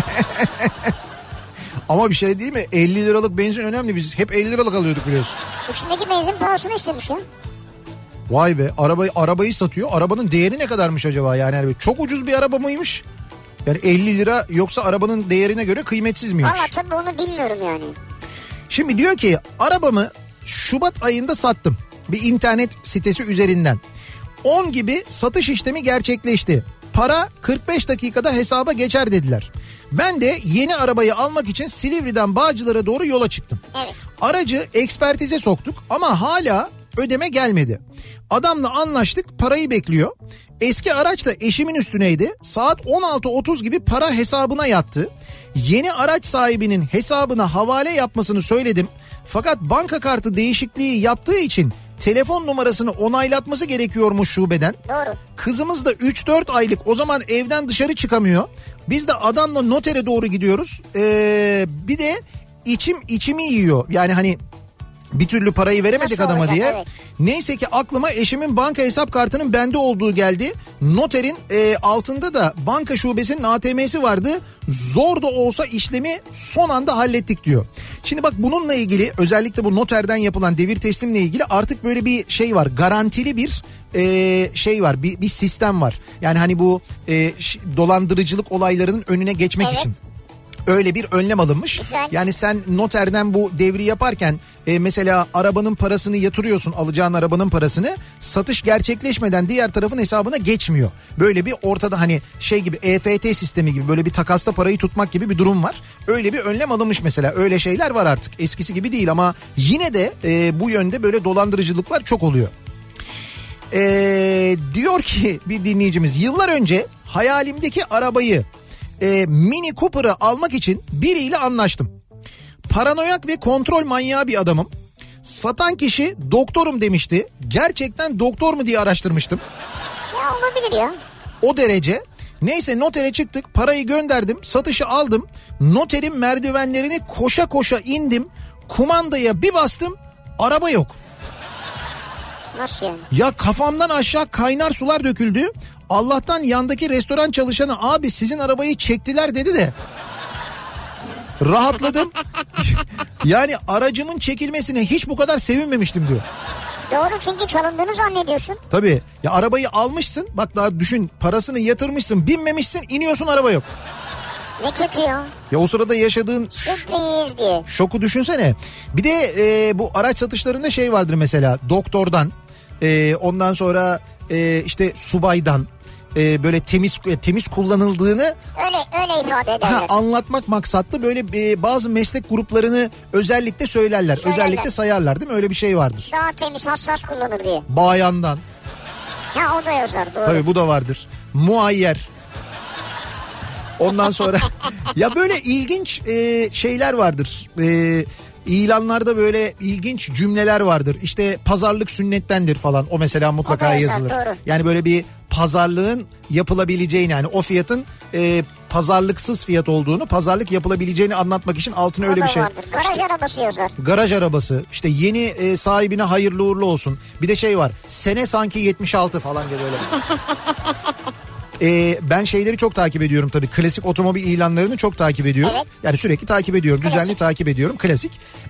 Ama bir şey değil mi? elli liralık benzin önemli. Biz hep elli liralık alıyorduk biliyorsun. İçindeki benzin parasını istemiş ya. Vay be, arabayı arabayı satıyor. Arabanın değeri ne kadarmış acaba yani? Yani çok ucuz bir araba mıymış? Yani elli lira yoksa arabanın değerine göre kıymetsiz miymiş? Valla tabii onu bilmiyorum yani. Şimdi diyor ki arabamı Şubat ayında sattım. Bir internet sitesi üzerinden. on gibi satış işlemi gerçekleşti. Para kırk beş dakikada hesaba geçer dediler. Ben de yeni arabayı almak için Silivri'den Bağcılar'a doğru yola çıktım. Evet. Aracı ekspertize soktuk ama hala ödeme gelmedi. Adamla anlaştık, parayı bekliyor. Eski araç da eşimin üstüneydi. Saat on altı otuz gibi para hesabına yattı. Yeni araç sahibinin hesabına havale yapmasını söyledim. Fakat banka kartı değişikliği yaptığı için telefon numarasını onaylatması gerekiyormuş şubeden. Doğru. Kızımız da üç dört aylık, o zaman evden dışarı çıkamıyor. Biz de adamla notere doğru gidiyoruz. Ee, bir de içim içimi yiyor. Yani hani bir türlü parayı veremedik Nasıl adama olacak, diye. evet. Neyse ki aklıma eşimin banka hesap kartının bende olduğu geldi. Noterin e, altında da banka şubesinin A T M'si vardı. Zor da olsa işlemi son anda hallettik diyor. Şimdi bak bununla ilgili, özellikle bu noterden yapılan devir teslimle ilgili artık böyle bir şey var. Garantili bir e, şey var, bir, bir sistem var. Yani hani bu e, dolandırıcılık olaylarının önüne geçmek evet. için. Öyle bir önlem alınmış. Güzel. Yani sen noterden bu devri yaparken e, mesela arabanın parasını yatırıyorsun, alacağın arabanın parasını, satış gerçekleşmeden diğer tarafın hesabına geçmiyor. Böyle bir ortada hani şey gibi E F T sistemi gibi böyle bir takasta parayı tutmak gibi bir durum var. Öyle bir önlem alınmış mesela, öyle şeyler var artık, eskisi gibi değil ama yine de e, bu yönde böyle dolandırıcılıklar çok oluyor. E, diyor ki bir dinleyicimiz, yıllar önce hayalimdeki arabayı E, Mini Cooper'ı almak için biriyle anlaştım. Paranoyak ve kontrol manyağı bir adamım. Satan kişi doktorum demişti. Gerçekten doktor mu diye araştırmıştım. Ya olabilir ya. O derece. Neyse notere çıktık, parayı gönderdim, satışı aldım. Noterin merdivenlerini koşa koşa indim. Kumandaya bir bastım, araba yok. Nasıl yani? Ya kafamdan aşağı kaynar sular döküldü. Allah'tan yandaki restoran çalışanı abi sizin arabayı çektiler dedi de rahatladım. Yani aracımın çekilmesine hiç bu kadar sevinmemiştim diyor. Doğru, çünkü çalındığını zannediyorsun. Tabii ya, arabayı almışsın, bak daha düşün, parasını yatırmışsın, binmemişsin, iniyorsun, araba yok. Ne kötü ya. Ya o sırada yaşadığın sürpriz diye şoku düşünsene. Bir de e, bu araç satışlarında şey vardır mesela, doktordan e, ondan sonra e, işte subaydan e, böyle temiz temiz kullanıldığını öyle öyle ifade ederler. Ha, anlatmak maksatlı böyle e, bazı meslek gruplarını özellikle söylerler. Söylerler. Özellikle sayarlar değil mi? Öyle bir şey vardır. Daha temiz, hassas kullanır diye. Bayandan. Ha, o da yazar, doğru. Tabii bu da vardır. Muayyer. Ondan sonra ya böyle ilginç e, şeyler vardır. E, ilanlarda böyle ilginç cümleler vardır. İşte pazarlık sünnettendir falan. O mesela mutlaka o da yazar, yazılır. Doğru. Yani böyle bir pazarlığın yapılabileceğini, yani o fiyatın e, pazarlıksız fiyat olduğunu, pazarlık yapılabileceğini anlatmak için altına o öyle da bir şey. Vardır. Garaj işte, arabası yazar. Garaj arabası. İşte yeni e, sahibine hayırlı uğurlu olsun. Bir de şey var. Sene sanki yetmiş altı falan diye böyle. Ee, ben şeyleri çok takip ediyorum tabii. Klasik otomobil ilanlarını çok takip ediyorum. Evet. Yani sürekli takip ediyorum. Klasik. Düzenli takip ediyorum. Klasik.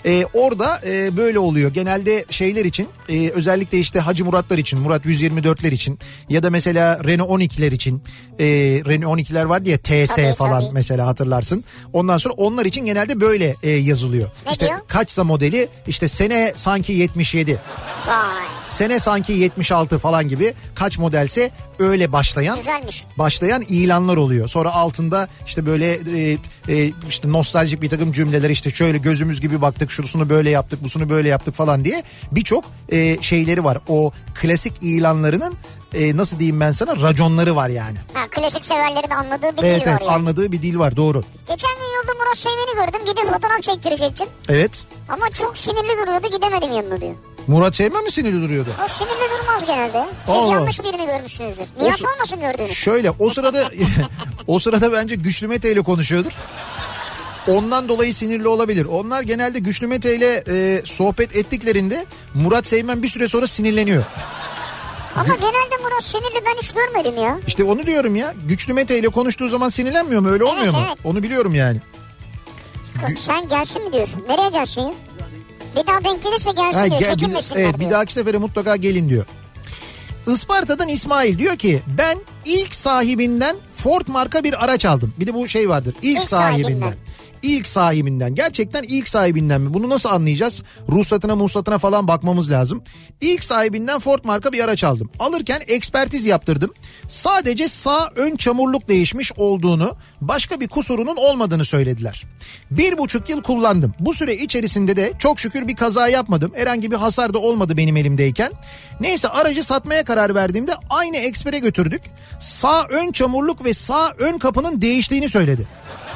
Ee, orada e, böyle oluyor. Genelde şeyler için e, özellikle işte Hacı Muratlar için, Murat yüz yirmi dörtler için ya da mesela Renault on ikiler için e, Renault on ikiler vardı ya T S Tabii, falan tabii. mesela hatırlarsın. Ondan sonra onlar için genelde böyle e, yazılıyor. Ne işte diyor? kaçsa modeli işte sene sanki yetmiş yedi. Vay. Sene sanki yetmiş altı falan gibi kaç modelse öyle başlayan Güzelmiş. başlayan ilanlar oluyor. Sonra altında işte böyle e, e, işte nostaljik bir takım cümleler işte şöyle gözümüz gibi baktık şurasını böyle yaptık busunu böyle yaptık falan diye birçok e, şeyleri var. O klasik ilanlarının e, nasıl diyeyim ben sana raconları var yani. Ha, klasik severlerin anladığı bir Evet, dil var evet yani. anladığı bir dil var doğru. Geçen gün yolda Murat Seymen'i gördüm. Gidip fotoğraf çektirecektim. Evet. Ama çok sinirli duruyordu, gidemedim yanına diyor. Murat Seymen mi sinirli duruyordu? O sinirli durmaz genelde. Siz Allah. yanlış birini görmüşsünüzdür. Nihat O- olmasın gördüğünüz. Şöyle o sırada o sırada bence Güçlü Mete ile konuşuyordur. Ondan dolayı sinirli olabilir. Onlar genelde Güçlü Mete ile e, sohbet ettiklerinde Murat Seymen bir süre sonra sinirleniyor. Ama genelde Murat sinirli ben hiç görmedim ya. İşte onu diyorum ya. Güçlü Mete ile konuştuğu zaman sinirlenmiyor mu? Öyle olmuyor Evet, mu? evet. Onu biliyorum yani. Sen gelsin mi diyorsun? Nereye gelsin ya? Bir daha denk gelirse gelsin Ha, diyor. gel- bir, Çekinmesinler evet, diyor. bir dahaki sefere mutlaka gelin diyor. Isparta'dan İsmail diyor ki ben ilk sahibinden Ford marka bir araç aldım. Bir de bu şey vardır. İlk, İlk sahibinden. sahibinden. İlk sahibinden. Gerçekten ilk sahibinden mi? Bunu nasıl anlayacağız? Ruhsatına muhsatına falan bakmamız lazım. İlk sahibinden Ford marka bir araç aldım. Alırken ekspertiz yaptırdım. Sadece sağ ön çamurluk değişmiş olduğunu, başka bir kusurunun olmadığını söylediler. Bir buçuk yıl kullandım. Bu süre içerisinde de çok şükür bir kaza yapmadım. Herhangi bir hasar da olmadı benim elimdeyken. Neyse aracı satmaya karar verdiğimde aynı ekspere götürdük. Sağ ön çamurluk ve sağ ön kapının değiştiğini söyledi.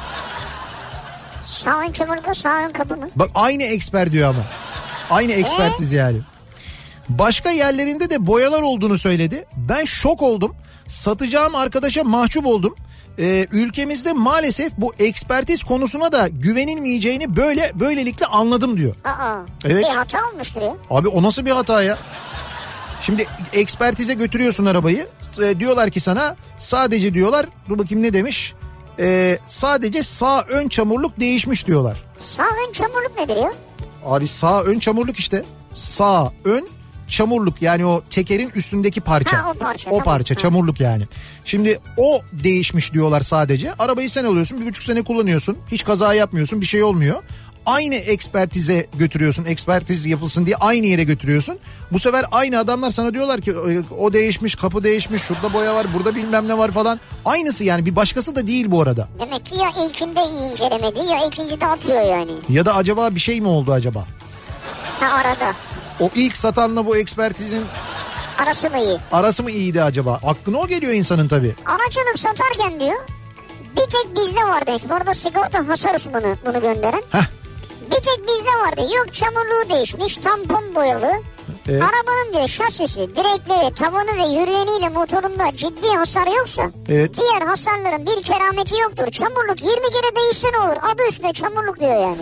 Sağ ön çamurlukla sağ ön kapı mı? Bak aynı eksper diyor ama. Aynı ekspertiz yani. Başka yerlerinde de boyalar olduğunu söyledi. Ben şok oldum. Satacağım arkadaşa mahcup oldum. Ee, ülkemizde maalesef bu ekspertiz konusuna da güvenilmeyeceğini böyle böylelikle anladım diyor. Aa. Evet. Bir hata olmuştur ya. Abi o nasıl bir hata ya? Şimdi ekspertize götürüyorsun arabayı. E, diyorlar ki sana sadece diyorlar dur bakayım ne demiş. E, sadece sağ ön çamurluk değişmiş diyorlar. Sağ ön çamurluk nedir ya? Abi sağ ön çamurluk işte. Sağ ön çamurluk yani o tekerin üstündeki parça. Ha, o parça, O tamam. parça Ha. çamurluk yani. Şimdi o değişmiş diyorlar sadece. Arabayı sen alıyorsun bir buçuk sene kullanıyorsun. Hiç kaza yapmıyorsun bir şey olmuyor. Aynı ekspertize götürüyorsun. Ekspertiz yapılsın diye aynı yere götürüyorsun. Bu sefer aynı adamlar sana diyorlar ki o değişmiş, kapı değişmiş, şurada boya var, burada bilmem ne var falan. Aynısı yani bir başkası da değil bu arada. Demek ki ya ilkinde iyi incelemedi ya ikincide atıyor yani. Ya da acaba bir şey mi oldu acaba? Ha arada. O ilk satanla bu ekspertizin Arası mı iyi? arası mı iyiydi acaba? Aklına o geliyor insanın tabii. Araç alıp satarken diyor bir tek bizde vardı. Bu arada sigorta hasar uzmanı bunu gönderen. Heh. Bir tek bizde vardı. Yok çamurluğu değişmiş, tampon boyalı. Evet. Arabanın diyor şasisi, direkleri, tavanı ve yürüyeniyle motorunda ciddi hasar yoksa Evet. diğer hasarların bir kerameti yoktur. Çamurluk yirmi kere değişse ne olur? Adı üstünde çamurluk diyor yani.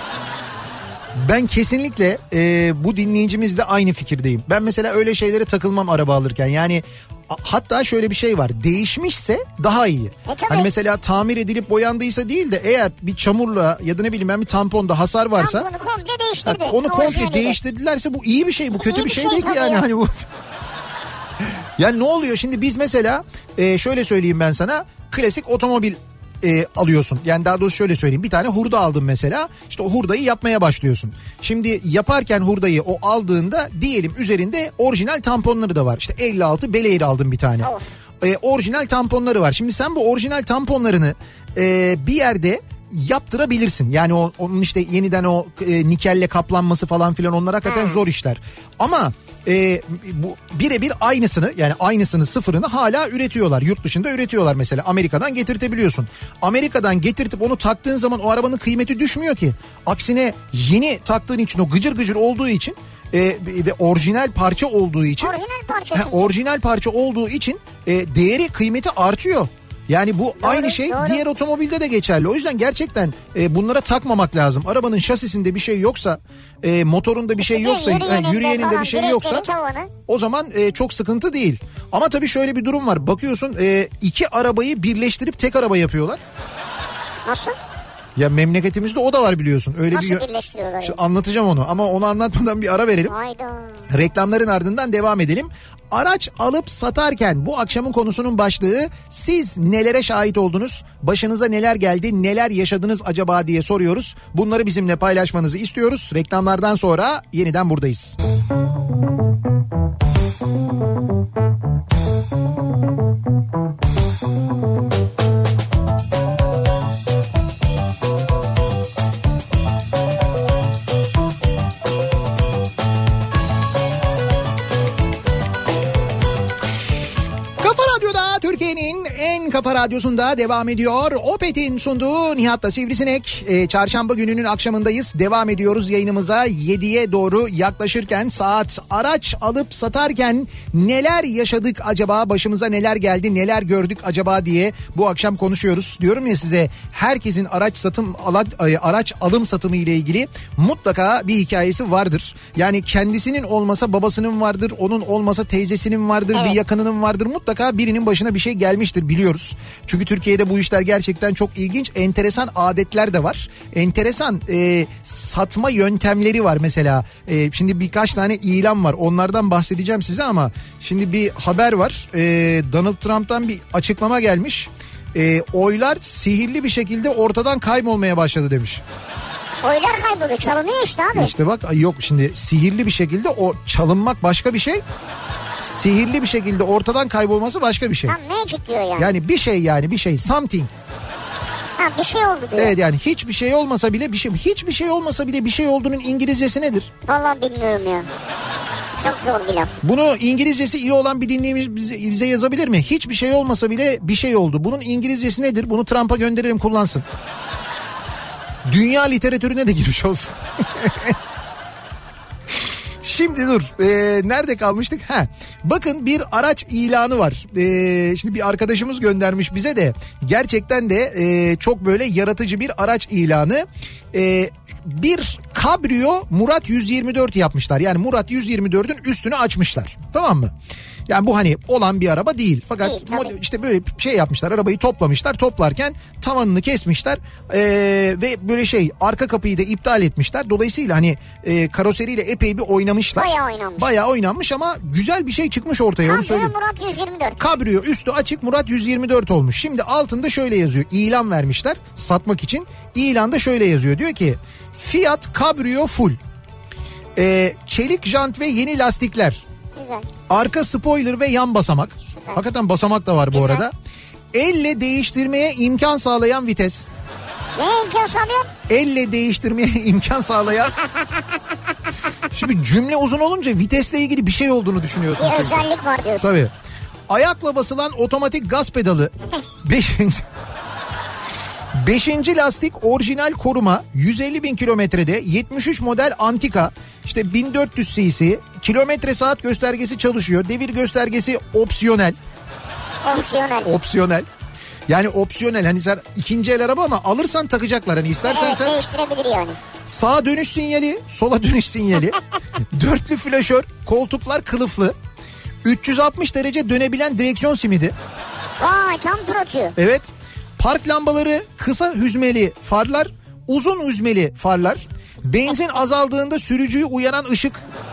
Ben kesinlikle e, bu dinleyicimizle aynı fikirdeyim. Ben mesela öyle şeylere takılmam araba alırken. Yani a- hatta şöyle bir şey var. Değişmişse daha iyi. tabii. Hani mesela tamir edilip boyandıysa değil de eğer bir çamurla ya da ne bileyim ben bir tamponda hasar varsa Tamponu komple ha, değiştirdi. onu komple Orijinaliyle. değiştirdilerse bu iyi bir şey. Bu kötü İyi bir bir şey şey değil ki tabii yani ya. hani bu. Yani ne oluyor şimdi biz mesela e, şöyle söyleyeyim ben sana klasik otomobil e, alıyorsun. Yani daha doğrusu şöyle söyleyeyim bir tane hurda aldın mesela işte o hurdayı yapmaya başlıyorsun. Şimdi yaparken hurdayı o aldığında diyelim üzerinde orijinal tamponları da var. İşte elli altı Belair aldın bir tane. Of. E, orijinal tamponları var. Şimdi sen bu orijinal tamponlarını e, bir yerde yaptırabilirsin. Yani o onun işte yeniden o e, nikelle kaplanması falan filan onlar hakikaten Hmm. zor işler. Ama e, bu birebir aynısını yani aynısını sıfırını hala üretiyorlar. Yurt dışında üretiyorlar mesela. Amerika'dan getirtebiliyorsun. Amerika'dan getirtip onu taktığın zaman o arabanın kıymeti düşmüyor ki. Aksine yeni taktığın için o gıcır gıcır olduğu için e, ve orijinal parça olduğu için Orijinal parça ha, çünkü. orijinal parça olduğu için e, değeri kıymeti artıyor. Yani bu Doğru, aynı şey doğru. diğer otomobilde de geçerli. O yüzden gerçekten e, bunlara takmamak lazım. Arabanın şasisinde bir şey yoksa, e, motorunda bir şey İşte yoksa, yürüyeninde yani yürüyeninde falan, bir şey direkleri, yoksa tavanı. o zaman e, çok sıkıntı değil. Ama tabii şöyle bir durum var. Bakıyorsun e, iki arabayı birleştirip tek araba yapıyorlar. Nasıl? Ya memleketimizde o da var biliyorsun. Öyle Nasıl bir birleştiriyorlar? İşte anlatacağım onu ama onu anlatmadan bir ara verelim. Hayda. Reklamların ardından devam edelim. Araç alıp satarken bu akşamın konusunun başlığı, siz nelere şahit oldunuz? Başınıza neler geldi? Neler yaşadınız acaba diye soruyoruz. Bunları bizimle paylaşmanızı istiyoruz. Reklamlardan sonra yeniden buradayız. Kafa Radyosu'nda devam ediyor. Opet'in sunduğu Nihat'la Sivrisinek. Ee, çarşamba gününün akşamındayız. Devam ediyoruz yayınımıza. yediye doğru yaklaşırken saat, araç alıp satarken neler yaşadık acaba? Başımıza neler geldi? Neler gördük acaba diye bu akşam konuşuyoruz. Diyorum ya size, herkesin araç satım araç alım satımı ile ilgili mutlaka bir hikayesi vardır. Yani kendisinin olmasa babasının vardır, onun olmasa teyzesinin vardır, evet. Bir yakınının vardır. Mutlaka birinin başına bir şey gelmiştir, biliyoruz. Çünkü Türkiye'de bu işler gerçekten çok ilginç, enteresan adetler de var. Enteresan e, satma yöntemleri var mesela. E, şimdi birkaç tane ilan var, onlardan bahsedeceğim size ama şimdi bir haber var. E, Donald Trump'tan bir açıklama gelmiş. E, oylar sihirli bir şekilde ortadan kaybolmaya başladı demiş. Oylar kayboluyor, çalınıyor işte abi. İşte bak, yok şimdi sihirli bir şekilde, o çalınmak başka bir şey. Sihirli bir şekilde ortadan kaybolması başka bir şey. Ha, magic diyor yani. Yani bir şey, yani bir şey, something. Ha, bir şey oldu diyor. Evet, yani hiçbir şey olmasa bile bir şey, hiçbir şey olmasa bile bir şey olduğunun İngilizcesi nedir? Vallahi bilmiyorum ya. Çok zor bir laf. Bunu İngilizcesi iyi olan bir dinleyicimiz bize, bize yazabilir mi? Hiçbir şey olmasa bile bir şey oldu. Bunun İngilizcesi nedir? Bunu Trump'a gönderelim, kullansın. Dünya literatürüne de girmiş olsun. Şimdi dur, ee, nerede kalmıştık? Ha, bakın bir araç ilanı var. Ee, şimdi bir arkadaşımız göndermiş bize de, gerçekten de e, çok böyle yaratıcı bir araç ilanı. Ee, bir kabrio Murat yüz yirmi dört yapmışlar. Yani Murat yüz yirmi dördün üstünü açmışlar. Tamam mı? Yani bu hani olan bir araba değil. Fakat değil, mod- işte böyle şey yapmışlar, arabayı toplamışlar. Toplarken tavanını kesmişler ee, ve böyle şey, arka kapıyı da iptal etmişler. Dolayısıyla hani e, karoseriyle epey bir oynamışlar. Bayağı oynanmış. Bayağı oynanmış ama güzel bir şey çıkmış ortaya. Kabrio Murat yüz yirmi dört. Kabrio üstü açık Murat yüz yirmi dört olmuş. Şimdi altında şöyle yazıyor. İlan vermişler satmak için. İlanda şöyle yazıyor. Diyor ki Fiat Cabrio full. Ee, çelik jant ve yeni lastikler. Güzel. Arka spoiler ve yan basamak. Süper. Hakikaten basamak da var bu Güzel. arada. Elle değiştirmeye imkan sağlayan vites. Ne imkan sağlıyor? Elle değiştirmeye imkan sağlayan. Şimdi cümle uzun olunca vitesle ilgili bir şey olduğunu düşünüyorsun. Bir çünkü. Özellik var diyorsun. Tabii. Ayakla basılan otomatik gaz pedalı. Beşinci... Beşinci lastik orijinal koruma, yüz elli bin kilometrede, yetmiş üç model antika, işte bin dört yüz cc, kilometre saat göstergesi çalışıyor, devir göstergesi opsiyonel. Opsiyonel. Opsiyonel. Yani opsiyonel, hani sen ikinci el araba ama alırsan takacaklar, hani istersen evet, sen. değiştirebilir yani. Sağ dönüş sinyali, sola dönüş sinyali, dörtlü flaşör, koltuklar kılıflı, üç yüz altmış derece dönebilen direksiyon simidi. Vay, tam tur atıyor. Evet. Park lambaları, kısa hüzmeli farlar, uzun hüzmeli farlar, benzin azaldığında sürücüyü uyaran ışık,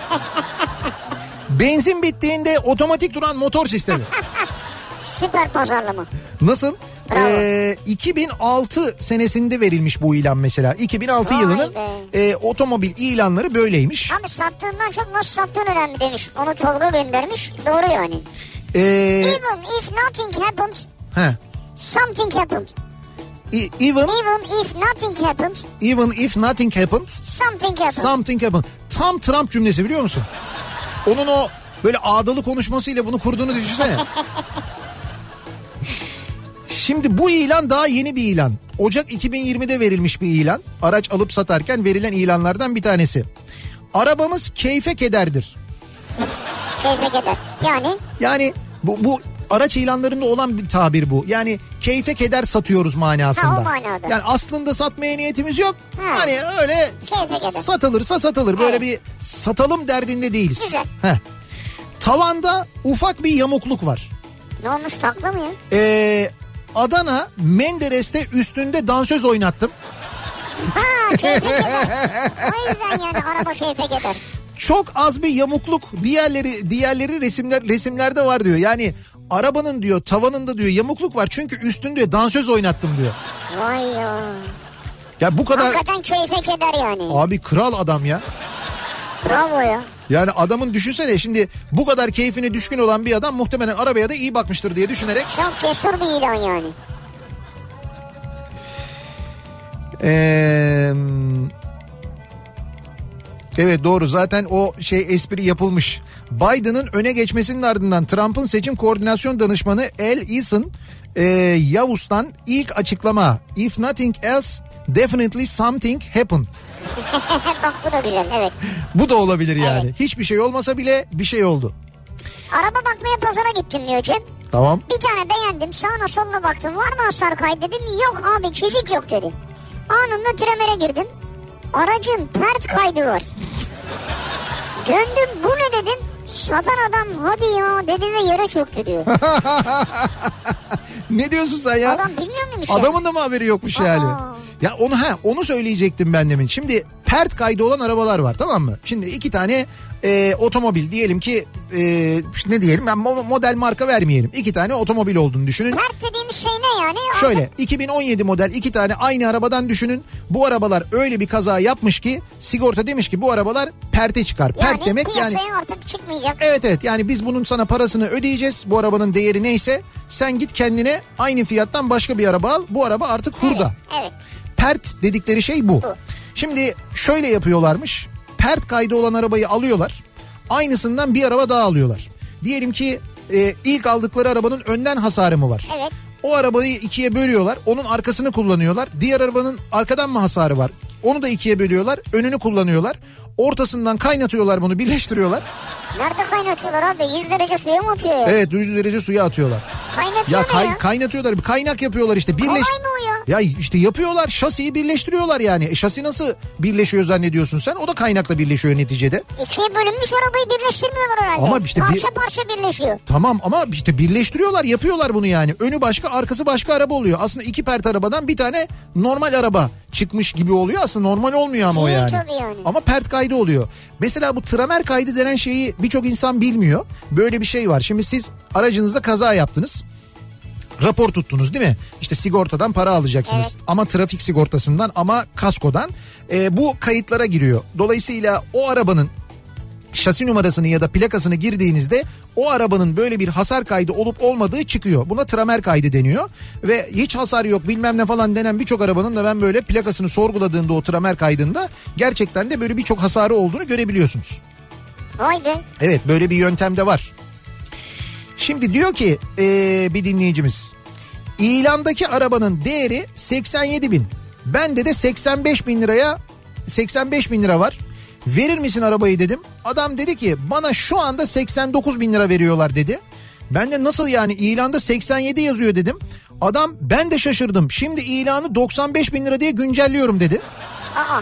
benzin bittiğinde otomatik duran motor sistemi. Süper pazarlama. Nasıl? Ee, iki bin altı senesinde verilmiş bu ilan mesela. iki bin altı Vay yılının e, otomobil ilanları böyleymiş. Abi sattığından çok nasıl sattığın önemli demiş. Onu Tolga göndermiş. Doğru yani. Ee, Even if nothing happened. He. Something happened. Even, Even if nothing happened. Even if nothing happened. Something happened. Something happened. Tam Trump cümlesi, biliyor musun? Onun o böyle ağdalı konuşmasıyla bunu kurduğunu düşünsene. Şimdi bu ilan daha yeni bir ilan. Ocak iki bin yirmide verilmiş bir ilan. Araç alıp satarken verilen ilanlardan bir tanesi. Arabamız keyfe kederdir. Keyfe keder. Yani? Yani bu, bu araç ilanlarında olan bir tabir bu. Yani keyfe keder satıyoruz manasında. Ha, o manada. Yani aslında satmaya niyetimiz yok. Ha. Hani öyle satılırsa satılır. Böyle evet. Bir satalım derdinde değiliz. Güzel. Heh. Tavanda ufak bir yamukluk var. Ne olmuş, takla mı ya? Ee, Adana Menderes'te üstünde dansöz oynattım. Ha keyfe keder. O yüzden yani araba keyfe keder. Çok az bir yamukluk diğerleri diğerleri resimler resimlerde var diyor. Yani arabanın diyor tavanında diyor yamukluk var çünkü üstünde dansöz oynattım diyor. Vay ya. Ya bu kadar. Hakikaten keyfe keder yani. Abi kral adam ya. Bravo ya. Yani adamın düşünsene şimdi bu kadar keyfine düşkün olan bir adam muhtemelen arabaya da iyi bakmıştır diye düşünerek. Çok cesur bir ilan yani. Eee... Evet doğru zaten o şey espri yapılmış. Biden'ın öne geçmesinin ardından Trump'ın seçim koordinasyon danışmanı El Eason e, Yavuz'tan ilk açıklama. If nothing else definitely something happened. Bak bu da güzel evet. Bu da olabilir yani. Evet. Hiçbir şey olmasa bile bir şey oldu. Araba bakmaya pazara gittim diyor Cem. Tamam. Bir tane beğendim sağına soluna baktım var mı hasar kaydı dedim. Yok abi çizik yok dedi. Anında Tremer'e girdim. Aracın pert kaydı var. Döndüm bu ne dedim. Satan adam hadi ya dedi ve yere çöktü diyor. Ne diyorsun sen ya? Adam bilmiyor muymuş Adamın ya? da mı haberi yokmuş Aa. yani? Ya onu ha onu söyleyecektim ben demin. Şimdi pert kaydı olan arabalar var tamam mı? Şimdi iki tane e, otomobil diyelim ki e, ne diyelim ben model marka vermeyelim. İki tane otomobil olduğunu düşünün. Pert dediğimiz şey ne yani? Şöyle iki bin on yedi model iki tane aynı arabadan düşünün. Bu arabalar öyle bir kaza yapmış ki sigorta demiş ki bu arabalar perte çıkar. Yani Pert demek yani. piyasaya artık çıkmayacak. Evet evet yani biz bunun sana parasını ödeyeceğiz. Bu arabanın değeri neyse sen git kendine aynı fiyattan başka bir araba al. Bu araba artık hurda. Evet, evet. Pert dedikleri şey bu. bu. Şimdi şöyle yapıyorlarmış. Pert kaydı olan arabayı alıyorlar. Aynısından bir araba daha alıyorlar. Diyelim ki e, ilk aldıkları arabanın önden hasarı mı var? Evet. O arabayı ikiye bölüyorlar. Onun arkasını kullanıyorlar. Diğer arabanın arkadan mı hasarı var? Onu da ikiye bölüyorlar. Önünü kullanıyorlar. Ortasından kaynatıyorlar bunu birleştiriyorlar. Nerede kaynatıyorlar abi? yüz derece suya mı atıyor ya? Evet yüz derece suya atıyorlar. Kaynatıyor Ya, kay, ya? kaynatıyorlar. Bir kaynak yapıyorlar işte. Birleş... Kolay mı o ya? Ya işte yapıyorlar. Şasiyi birleştiriyorlar yani. E, şasi nasıl birleşiyor zannediyorsun sen? O da kaynakla birleşiyor neticede. İkiye bölünmüş arabayı birleştirmiyorlar herhalde. Ama işte bir- parça parça birleşiyor. Tamam ama işte birleştiriyorlar yapıyorlar bunu yani. Önü başka arkası başka araba oluyor. Aslında iki pert arabadan bir tane normal araba çıkmış gibi oluyor. Aslında normal olmuyor ama o Değil yani. tabii yani. Ama pert kaydı oluyor. Mesela bu tramer kaydı denen şeyi birçok insan bilmiyor. Böyle bir şey var. Şimdi siz aracınızda kaza yaptınız. Rapor tuttunuz değil mi? İşte sigortadan para alacaksınız. Evet. Ama trafik sigortasından ama kaskodan. Ee, bu kayıtlara giriyor. Dolayısıyla o arabanın şasi numarasını ya da plakasını girdiğinizde o arabanın böyle bir hasar kaydı olup olmadığı çıkıyor. Buna tramer kaydı deniyor. Ve hiç hasar yok bilmem ne falan denen birçok arabanın da ben böyle plakasını sorguladığımda o tramer kaydında gerçekten de böyle birçok hasarı olduğunu görebiliyorsunuz. Vay be. Evet böyle bir yöntem de var. Şimdi diyor ki ee, bir dinleyicimiz ilandaki arabanın değeri seksen yedi bin. Bende de seksen beş bin liraya seksen beş bin lira var. Verir misin arabayı dedim. Adam dedi ki bana şu anda seksen dokuz bin lira veriyorlar dedi. Ben de nasıl yani ilanda seksen yedi yazıyor dedim. Adam ben de şaşırdım. Şimdi ilanı doksan beş bin lira diye güncelliyorum dedi. Aa.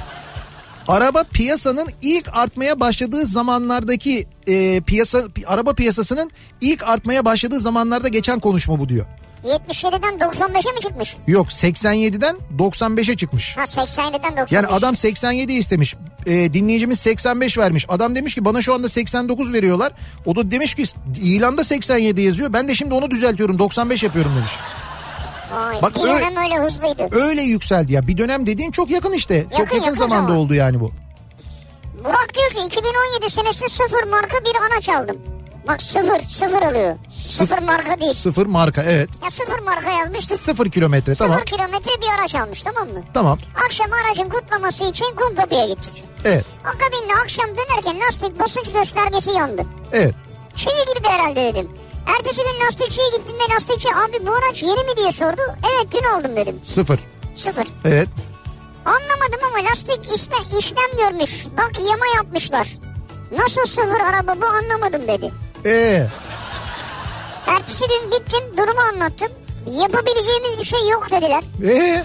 Araba piyasanın ilk artmaya başladığı zamanlardaki e, piyasa araba piyasasının ilk artmaya başladığı zamanlarda geçen konuşma bu diyor. yetmiş yediden doksan beşe mi çıkmış? Yok seksen yediden doksan beşe çıkmış. Ha seksen yediden doksan beş. Yani adam seksen yedi istemiş. E, dinleyicimiz seksen beş vermiş. Adam demiş ki bana şu anda seksen dokuz veriyorlar. O da demiş ki ilanda seksen yedi yazıyor. Ben de şimdi onu düzeltiyorum doksan beş yapıyorum demiş. Vay, Bak bir öyle- dönem öyle hızlıydı. Öyle yükseldi ya. Bir dönem dediğin çok yakın işte. Yakın, çok yakın yakın zamanda zaman. oldu yani bu. Burak diyor ki iki bin on yedi senesinde sıfır marka bir araç aldım. Bak sıfır sıfır alıyor. Sıfır marka değil. Sıfır marka evet. Ya sıfır marka yazmıştı. Sıfır kilometre Sıfır tamam. kilometre bir araç almış tamam mı? Tamam. Akşam aracın kutlaması için Kumkapı'ya gittik. Evet. Akabinde akşam dönerken lastik basınç göstergesi yandı. Evet. Çivi girdi herhalde dedim. Ertesi gün lastikçiye gittim ve lastikçi abi bu araç yeni mi diye sordu. Evet dün aldım dedim. Sıfır. Sıfır. Evet. Anlamadım ama lastik işlem, işlem görmüş. Bak yama yapmışlar. Nasıl sıfır araba bu anlamadım dedi. Ee. Ertesi gün gittim durumu anlattım. Yapabileceğimiz bir şey yok dediler. Ee.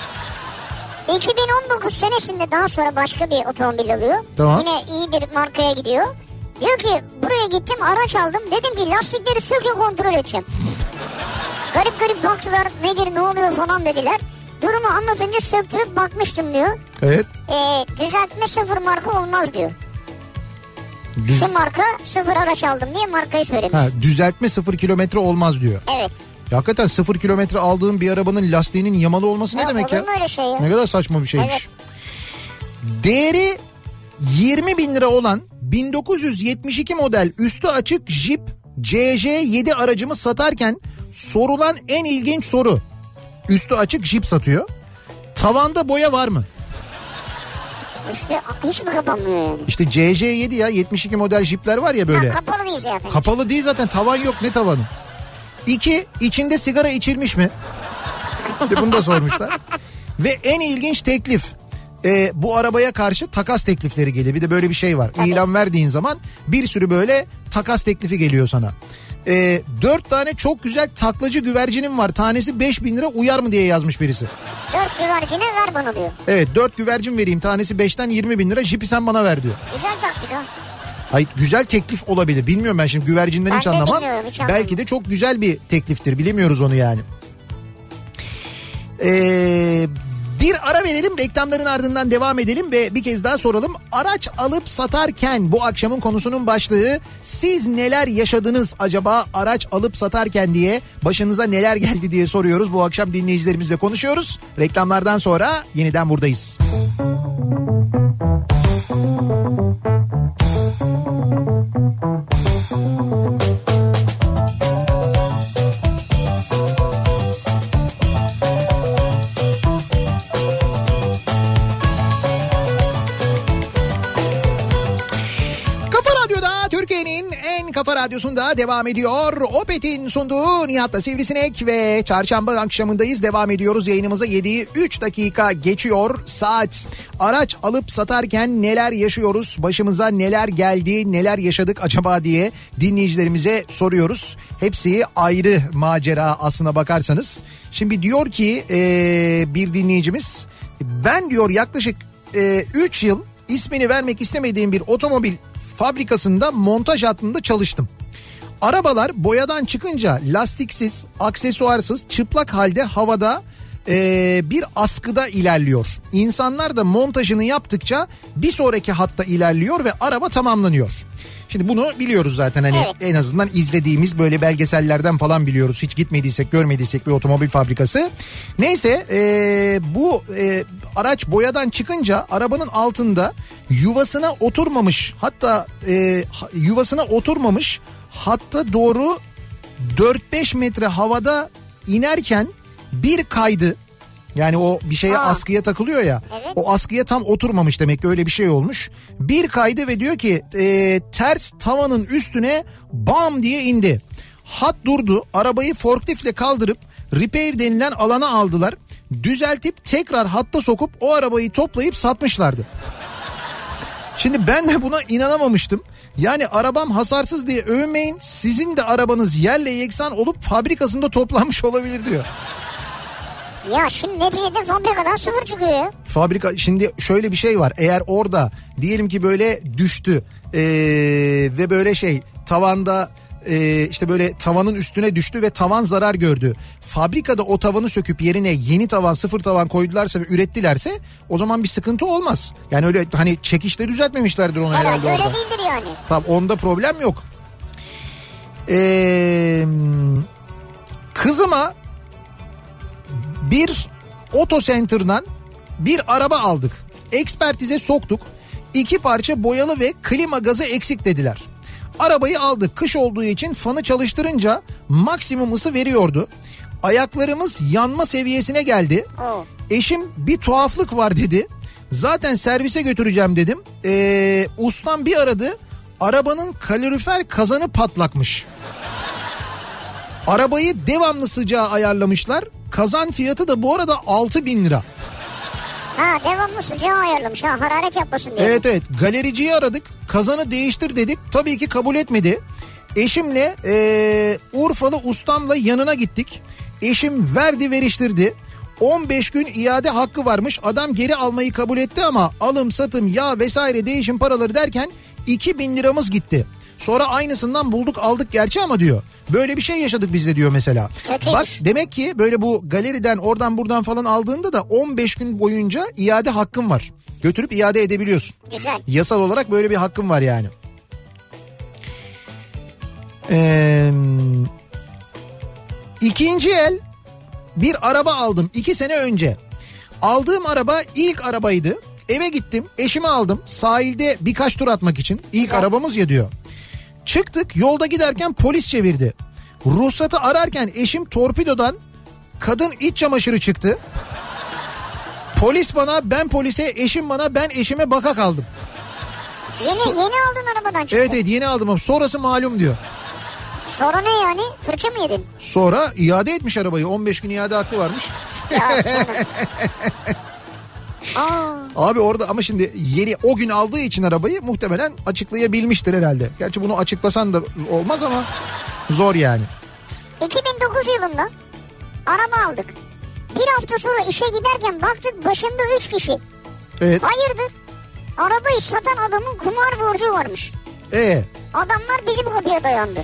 iki bin on dokuz senesinde daha sonra başka bir otomobil alıyor. Tamam. Yine iyi bir markaya gidiyor. Diyor ki buraya gittim araç aldım. Dedim ki lastikleri sökü kontrol edeceğim. Garip garip baktılar nedir ne oluyor falan dediler. Durumu anlatınca söktürüp bakmıştım diyor. Evet. Ee, düzeltme sıfır marka olmaz diyor. Düz... Şu marka sıfır araç aldım diye markayı söylemiş. Ha, düzeltme sıfır kilometre olmaz diyor. Evet. Ya hakikaten sıfır kilometre aldığın bir arabanın lastiğinin yamalı olması ya ne demek ya? Öyle şey ya? Ne kadar saçma bir şeymiş. Evet. Değeri yirmi bin lira olan bin dokuz yüz yetmiş iki model üstü açık Jeep C J yedi aracımı satarken sorulan en ilginç soru. Üstü açık Jeep satıyor. Tavanda boya var mı? İşte hiç mi kapanmıyor yani? İşte C J yedi ya, yetmiş iki model Jeep'ler var ya böyle. Ya kapalı değil zaten. Kapalı değil zaten, tavan yok, ne tavanı? İki, içinde sigara içilmiş mi? Bunu da sormuşlar. Ve en ilginç teklif. Ee, bu arabaya karşı takas teklifleri geliyor. Bir de böyle bir şey var. Tabii. İlan verdiğin zaman bir sürü böyle takas teklifi geliyor sana. Ee, dört tane çok güzel taklacı güvercinim var. Tanesi beş bin lira, uyar mı diye yazmış birisi. Dört güvercine ver bana diyor. Evet, dört güvercin vereyim. Tanesi beşten yirmi bin lira. Jipi sen bana ver diyor. Güzel taktik ha. Hayır, güzel teklif olabilir. Bilmiyorum, ben şimdi güvercinden ben hiç anlamam. Hiç anlamam. Belki de çok güzel bir tekliftir. Bilemiyoruz onu yani. Eee... Bir ara verelim, reklamların ardından devam edelim ve bir kez daha soralım. Araç alıp satarken, bu akşamın konusunun başlığı, siz neler yaşadınız acaba araç alıp satarken diye, başınıza neler geldi diye soruyoruz. Bu akşam dinleyicilerimizle konuşuyoruz. Reklamlardan sonra yeniden buradayız. Kafa Radyosu'nda devam ediyor. Opet'in sunduğu Nihat'la Sivrisinek ve çarşamba akşamındayız. Devam ediyoruz yayınımıza. yediyi üç dakika geçiyor saat. Araç alıp satarken neler yaşıyoruz? Başımıza neler geldi? Neler yaşadık acaba diye dinleyicilerimize soruyoruz. Hepsi ayrı macera aslına bakarsanız. Şimdi diyor ki ee, bir dinleyicimiz, ben diyor yaklaşık üç yıl ismini vermek istemediğim bir otomobil fabrikasında montaj hattında çalıştım. Arabalar boyadan çıkınca lastiksiz, aksesuarsız, çıplak halde havada ee, bir askıda ilerliyor. İnsanlar da montajını yaptıkça bir sonraki hatta ilerliyor ve araba tamamlanıyor. Şimdi bunu biliyoruz zaten, hani evet. En azından izlediğimiz böyle belgesellerden falan biliyoruz. Hiç gitmediysek, görmediysek bir otomobil fabrikası. Neyse ee, bu ee, araç boyadan çıkınca arabanın altında yuvasına oturmamış, hatta ee, yuvasına oturmamış hatta doğru dört beş metre havada inerken bir kaydı. Yani o bir şeye Aa. askıya takılıyor ya. Evet. O askıya tam oturmamış, demek ki öyle bir şey olmuş. Bir kaydı ve diyor ki e, ters tavanın üstüne bam diye indi. Hat durdu. Arabayı forkliftle kaldırıp repair denilen alana aldılar. Düzeltip tekrar hatta sokup o arabayı toplayıp satmışlardı. Şimdi ben de buna inanamamıştım. Yani arabam hasarsız diye övünmeyin. Sizin de arabanız yerle yeksan olup fabrikasında toplanmış olabilir diyor. Ya şimdi neticede fabrikadan sıfır çıkıyor ya. Fabrika, şimdi şöyle bir şey var. Eğer orada diyelim ki böyle düştü ee, ve böyle şey tavanda e, işte böyle tavanın üstüne düştü ve tavan zarar gördü. Fabrikada o tavanı söküp yerine yeni tavan, sıfır tavan koydularsa ve ürettilerse o zaman bir sıkıntı olmaz. Yani öyle hani çekişle düzeltmemişlerdir onu, evet, herhalde öyle orada. Öyle değildir yani. Tamam, onda problem yok. Ee, kızıma bir Auto Center'dan bir araba aldık. Ekspertize soktuk. İki parça boyalı ve klima gazı eksik dediler. Arabayı aldık. Kış olduğu için fanı çalıştırınca maksimum ısı veriyordu. Ayaklarımız yanma seviyesine geldi. Oh. Eşim bir tuhaflık var dedi. Zaten servise götüreceğim dedim. Ee, ustam bir aradı. Arabanın kalorifer kazanı patlakmış. Arabayı devamlı sıcağa ayarlamışlar. Kazan fiyatı da bu arada altı bin lira. Ha, devamlı sıcağı ayarlamış, ha, hararet yapmasın diye. Evet evet, galericiyi aradık, kazanı değiştir dedik, tabii ki kabul etmedi. Eşimle e, Urfalı ustamla yanına gittik. Eşim verdi veriştirdi. on beş gün iade hakkı varmış, adam geri almayı kabul etti ama alım satım yağ vesaire değişim paraları derken iki bin liramız gitti. Sonra aynısından bulduk aldık gerçi ama diyor Böyle bir şey yaşadık biz de diyor mesela. Kötüymüş. Bak demek ki böyle bu galeriden oradan buradan falan aldığında da on beş gün boyunca iade hakkın var. Götürüp iade edebiliyorsun. Güzel. Yasal olarak böyle bir hakkın var yani. Ee, ikinci el bir araba aldım iki sene önce. Aldığım araba ilk arabaydı. Eve gittim, eşimi aldım sahilde birkaç tur atmak için. İlk arabamız ya diyor. Çıktık, yolda giderken polis çevirdi. Ruhsatı ararken eşim torpidodan kadın iç çamaşırı çıktı. Polis bana, ben polise, eşim bana, ben eşime baka kaldım. Yeni, so- yeni aldın arabadan çıktı. Evet evet yeni aldım. Sonrası malum diyor. Sonra ne yani? Fırça mı yedin? Sonra iade etmiş arabayı. on beş gün iade hakkı varmış. Ya sonra. Aa. Abi orada ama şimdi yeni o gün aldığı için arabayı muhtemelen açıklayabilmiştir herhalde. Gerçi bunu açıklasan da olmaz ama zor yani. iki bin dokuz yılında araba aldık. Bir hafta sonra işe giderken baktık başında üç kişi. Evet. Hayırdır? Arabayı satan adamın kumar borcu varmış. Ee? Adamlar bizim kapıya dayandı.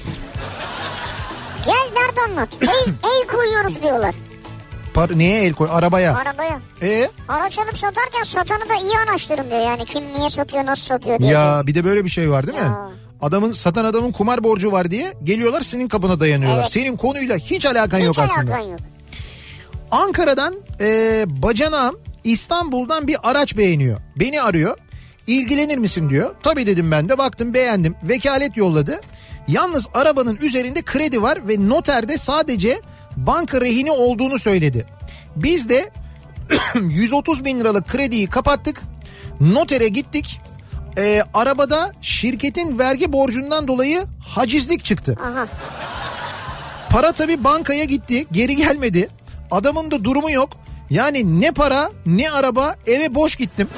Gel dert anlat. El, el koyuyoruz diyorlar. Par neye el koy? Arabaya. Arabaya. Ee? Araç alıp satarken satanı da iyi anlaştırın diyor. Yani kim niye satıyor, nasıl satıyor diye. Ya bir de böyle bir şey var değil mi? Ya. Adamın satan adamın kumar borcu var diye geliyorlar senin kapına dayanıyorlar. Evet. Senin konuyla hiç alakan hiç yok alakan aslında. yok. Ankara'dan e, bacanağım İstanbul'dan bir araç beğeniyor. Beni arıyor. İlgilenir misin diyor. Tabii dedim ben de, baktım beğendim. Vekalet yolladı. Yalnız arabanın üzerinde kredi var ve noterde sadece banka rehini olduğunu söyledi. Biz de yüz otuz bin liralık krediyi kapattık. Notere gittik. Ee, arabada şirketin vergi borcundan dolayı hacizlik çıktı. Aha. Para tabii bankaya gitti, geri gelmedi. Adamın da durumu yok. Yani ne para ne araba, eve boş gittim.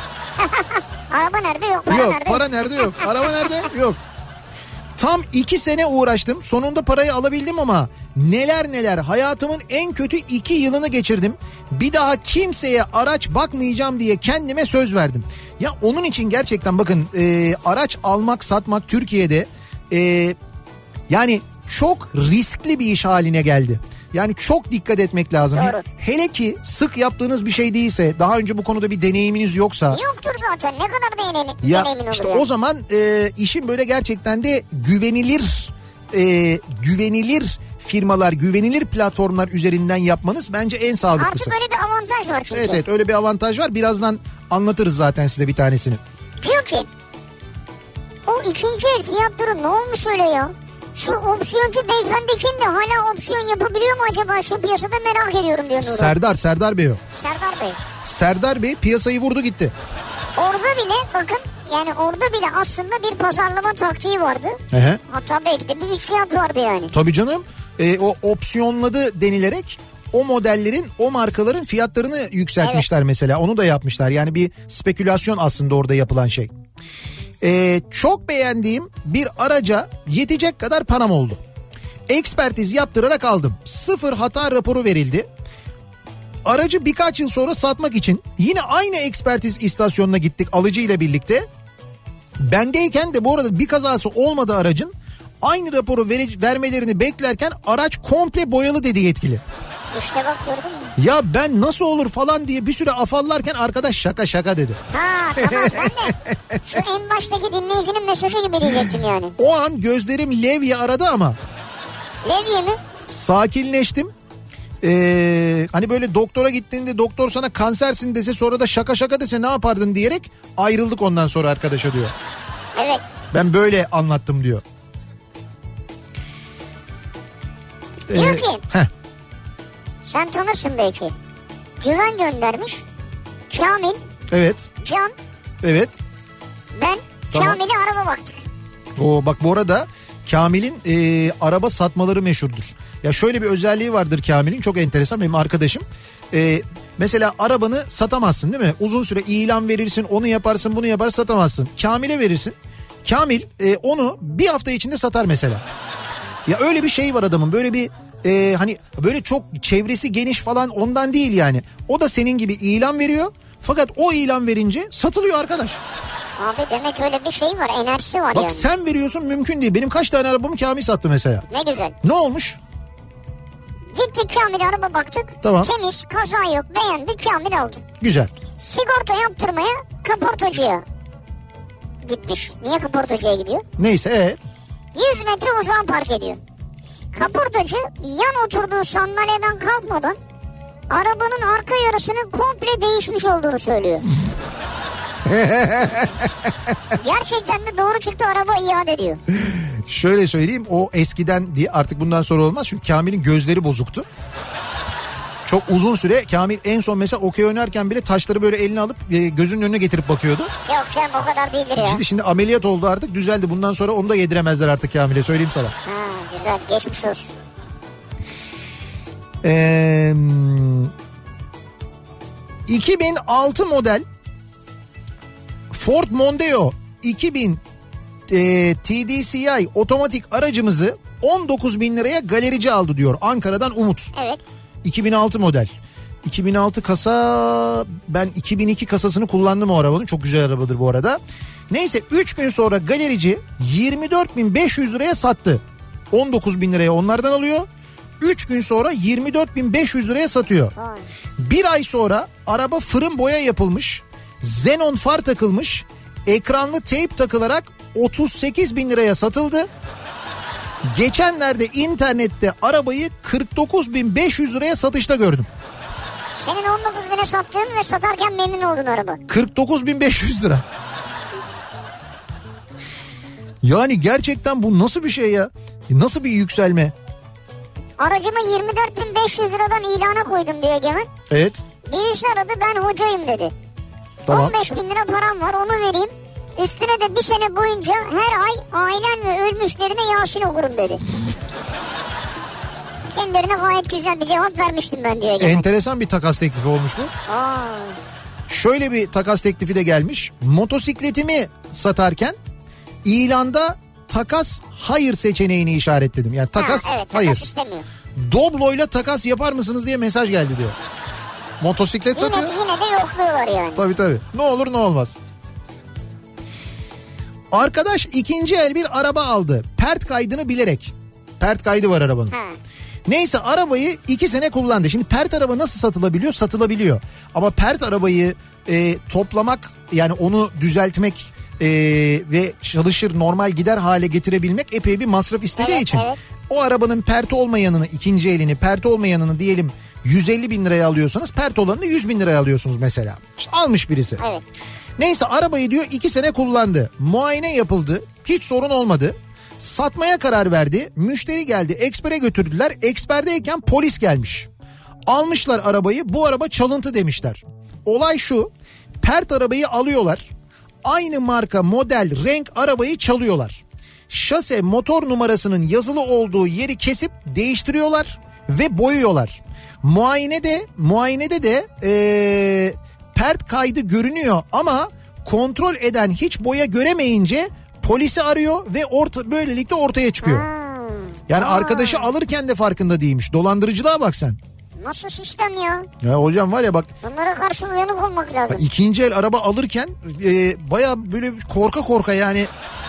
Araba nerede yok, para yok nerede? Para nerede yok. Araba nerede yok. Tam iki sene uğraştım. Sonunda parayı alabildim ama neler neler, hayatımın en kötü iki yılını geçirdim. Bir daha kimseye araç bakmayacağım diye kendime söz verdim. Ya onun için gerçekten bakın e, araç almak satmak Türkiye'de e, yani çok riskli bir iş haline geldi. Yani çok dikkat etmek lazım. Doğru. Hele ki sık yaptığınız bir şey değilse, daha önce bu konuda bir deneyiminiz yoksa. Yoktur zaten, ne kadar deneyimin, Ya deneyimin olur işte yani. o zaman e, işin böyle gerçekten de güvenilir e, güvenilir firmalar, güvenilir platformlar üzerinden yapmanız bence en sağlıklısı. Artık öyle bir avantaj var çünkü. Evet evet öyle bir avantaj var. Birazdan anlatırız zaten size bir tanesini. Diyor ki o ikinci el fiyatları ne olmuş öyle ya? Şu opsiyoncu beyefendi kim de hala opsiyon yapabiliyor mu acaba şu piyasada, merak ediyorum diyor Nuri. Serdar, Serdar Bey o. Serdar Bey. Serdar Bey piyasayı vurdu gitti. Orada bile bakın, yani orada bile aslında bir pazarlama taktiği vardı. Hı-hı. Hatta belki de bir üçlüyat vardı yani. Tabii canım. E, o opsiyonladı denilerek o modellerin, o markaların fiyatlarını yükseltmişler evet. Mesela. Onu da yapmışlar. Yani bir spekülasyon aslında orada yapılan şey. Ee, çok beğendiğim bir araca yetecek kadar param oldu. Ekspertiz yaptırarak aldım. Sıfır hata raporu verildi. Aracı birkaç yıl sonra satmak için yine aynı ekspertiz istasyonuna gittik alıcıyla birlikte. Bendeyken de bu arada bir kazası olmadı aracın. Aynı raporu ver- vermelerini beklerken araç komple boyalı dedi yetkili. İşte bak, gördün mü? Ya ben nasıl olur falan diye bir süre afallarken arkadaş şaka şaka dedi. Ha tamam, ben de şu en baştaki dinleyicinin mesajı gibi diyecektim yani. O an gözlerim levye aradı ama. Levye mi? Sakinleştim. Ee, hani böyle doktora gittiğinde doktor sana kansersin dese, sonra da şaka şaka dese ne yapardın diyerek ayrıldık ondan sonra arkadaşa diyor. Evet. Ben böyle anlattım diyor. Ee, Diyor ki. Heh. Sen tanırsın belki. Güven göndermiş. Kamil. Evet. Can. Evet. Ben. Tamam. Kamil'e araba baktık. O bak bu arada Kamil'in e, araba satmaları meşhurdur. Ya şöyle bir özelliği vardır Kamil'in, çok enteresan, benim arkadaşım. E, mesela arabanı satamazsın değil mi? Uzun süre ilan verirsin, onu yaparsın, bunu yaparsın, satamazsın. Kamil'e verirsin. Kamil e, onu bir hafta içinde satar mesela. Ya öyle bir şey var adamın, böyle bir e, hani böyle çok çevresi geniş falan, ondan değil yani. O da senin gibi ilan veriyor. Fakat o ilan verince satılıyor arkadaş. Abi demek öyle bir şey var, enerjisi var Bak yani. sen veriyorsun, mümkün değil. Benim kaç tane arabamı Kamil sattı mesela. Ne güzel. Ne olmuş? Gittik Kamil'e araba baktık. Tamam. Temiz, kaza yok, beğendik, Kamil aldı. Güzel. Sigorta yaptırmaya kaportacıya gitmiş. Niye kaportacıya gidiyor? Neyse ee? yüz metre uzağa park ediyor. Kaportacı yan oturduğu sandalyeden kalkmadan arabanın arka yarısının komple değişmiş olduğunu söylüyor. Gerçekten de doğru çıktı, araba iade ediyor. Şöyle söyleyeyim, o eskiden diye artık bundan sonra olmaz. Çünkü Kamil'in gözleri bozuktu. Çok uzun süre Kamil en son mesela okey oynarken bile taşları böyle eline alıp e, gözünün önüne getirip bakıyordu. Yok canım, o kadar değildir ya. Şimdi, şimdi ameliyat oldu artık, düzeldi. Bundan sonra onu da yediremezler artık Kamil'e, söyleyeyim sana. Ha, güzel, geçmiş olsun. Ee, iki bin altı model Ford Mondeo iki bin e, T D C i otomatik aracımızı on dokuz bin liraya galerici aldı diyor Ankara'dan Umut. Evet. iki bin altı model. iki bin altı kasa, ben iki bin iki kasasını kullandım o arabanın. Çok güzel arabadır bu arada. Neyse üç gün sonra galerici yirmi dört bin beş yüz liraya sattı. on dokuz bin liraya onlardan alıyor. üç gün sonra yirmi dört bin beş yüz liraya satıyor. Vay. Bir ay sonra araba fırın boya yapılmış. Xenon far takılmış. Ekranlı teyp takılarak otuz sekiz bin liraya satıldı. Geçenlerde internette arabayı kırk dokuz bin beş yüz liraya satışta gördüm. Senin on dokuz bine sattığın ve satarken memnun oldun araba. kırk dokuz bin beş yüz lira. Yani gerçekten bu nasıl bir şey ya? Nasıl bir yükselme? Aracımı yirmi dört bin beş yüz liradan ilana koydum diyor Egemen. Evet. Birisi aradı, ben hocayım dedi. Tamam. on beş bin lira param var, onu vereyim. Üstüne de bir sene boyunca her ay ailen ve ölmüşlerine Yasin okurum dedi. Kendilerine gayet güzel bir cevap vermiştim ben diyor Egemen. Enteresan bir takas teklifi olmuş bu. Aa. Şöyle bir takas teklifi de gelmiş. Motosikletimi satarken ilanda takas hayır seçeneğini işaretledim. Yani takas, ha, evet, takas hayır. istemiyor. Doblo'yla takas yapar mısınız diye mesaj geldi diyor. Motosiklet Yine, satıyor. yine de yokluyorlar yani. Tabii tabii. Ne olur ne olmaz. Arkadaş ikinci el bir araba aldı. Pert kaydını bilerek. Pert kaydı var arabanın. Ha. Neyse arabayı iki sene kullandı. Şimdi pert araba nasıl satılabiliyor? Satılabiliyor. Ama pert arabayı e, toplamak, yani onu düzeltmek e, ve çalışır normal gider hale getirebilmek epey bir masraf istediği Evet, için. evet. O arabanın pert olmayanını, ikinci elini pert olmayanını diyelim yüz elli bin liraya alıyorsanız, pert olanını yüz bin liraya alıyorsunuz mesela. İşte almış birisi. Evet. Neyse arabayı diyor iki sene kullandı. Muayene yapıldı. Hiç sorun olmadı. Satmaya karar verdi. Müşteri geldi. Ekspere götürdüler. Eksperdeyken polis gelmiş. Almışlar arabayı. Bu araba çalıntı demişler. Olay şu. Pert arabayı alıyorlar. Aynı marka, model, renk arabayı çalıyorlar. Şase, motor numarasının yazılı olduğu yeri kesip değiştiriyorlar ve boyuyorlar. Muayenede, muayenede de ee, pert kaydı görünüyor ama kontrol eden hiç boya göremeyince polisi arıyor ve orta, böylelikle ortaya çıkıyor. Hmm. Yani Aa. arkadaşı alırken de farkında değilmiş. Dolandırıcılığa bak sen. Nasıl sistem ya? Ya hocam var ya bak. Bunlara karşı uyanık olmak lazım. İkinci el araba alırken e, baya böyle korka korka yani.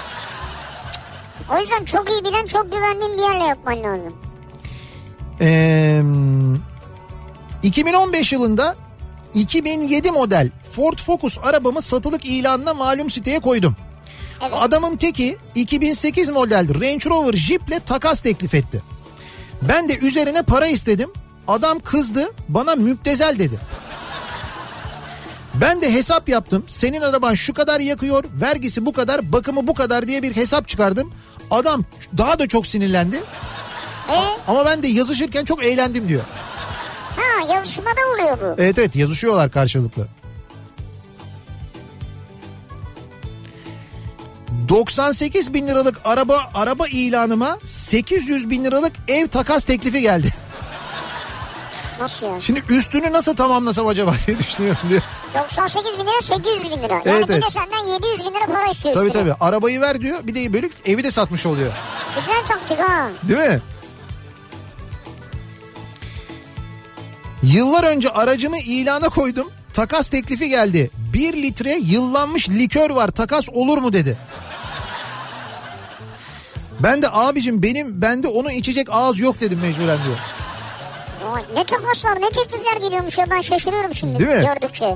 O yüzden çok iyi bilen, çok güvendiğin bir yerle yapman lazım. Ee, iki bin on beş yılında iki bin yedi model Ford Focus arabamı satılık ilanına malum siteye koydum. Evet. Adamın teki iki bin sekiz model Range Rover Jeep'le takas teklif etti. Ben de üzerine para istedim. Adam kızdı, bana müptezel dedi. Ben de hesap yaptım. Senin araban şu kadar yakıyor, vergisi bu kadar, bakımı bu kadar diye bir hesap çıkardım. Adam daha da çok sinirlendi. Ee? Ama ben de yazışırken çok eğlendim diyor. Ha, yazışmada oluyor bu. Evet evet, yazışıyorlar karşılıklı. doksan sekiz bin liralık araba araba ilanıma sekiz yüz bin liralık ev takas teklifi geldi. Nasıl ya? Şimdi üstünü nasıl tamamlasam acaba diye düşünüyorum diyor. doksan sekiz bin lira, sekiz yüz bin lira. Yani Evet, bir evet. de senden yedi yüz bin lira para istiyor Tabii üstüne. tabii, arabayı ver diyor, bir de bölük evi de satmış oluyor. Güzel taktik ha. Değil mi? Yıllar önce aracımı ilana koydum. Takas teklifi geldi. bir litre yıllanmış likör var, takas olur mu dedi. Ben de abicim benim bende onu içecek ağız yok dedim mecburen diyor. Vay, ne takaslar, ne teklifler geliyormuş ya, ben şaşırıyorum şimdi. Değil mi? Gördükçe.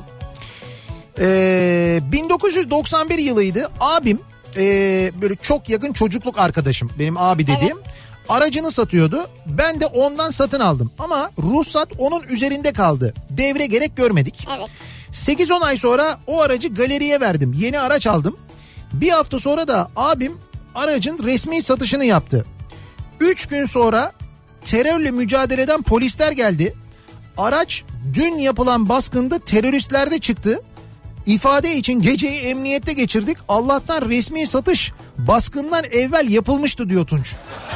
Ee, bin dokuz yüz doksan bir yılıydı. Abim e, böyle çok yakın çocukluk arkadaşım, benim abi dediğim. Evet. Aracını satıyordu. Ben de ondan satın aldım. Ama ruhsat onun üzerinde kaldı. Devre gerek görmedik. Evet. sekiz on ay sonra o aracı galeriye verdim. Yeni araç aldım. Bir hafta sonra da abim aracın resmi satışını yaptı. üç gün sonra terörle mücadeleden polisler geldi. Araç dün yapılan baskında teröristlerde çıktı. İfade için geceyi emniyette geçirdik. Allah'tan resmi satış baskından evvel yapılmıştı diyor Tunç.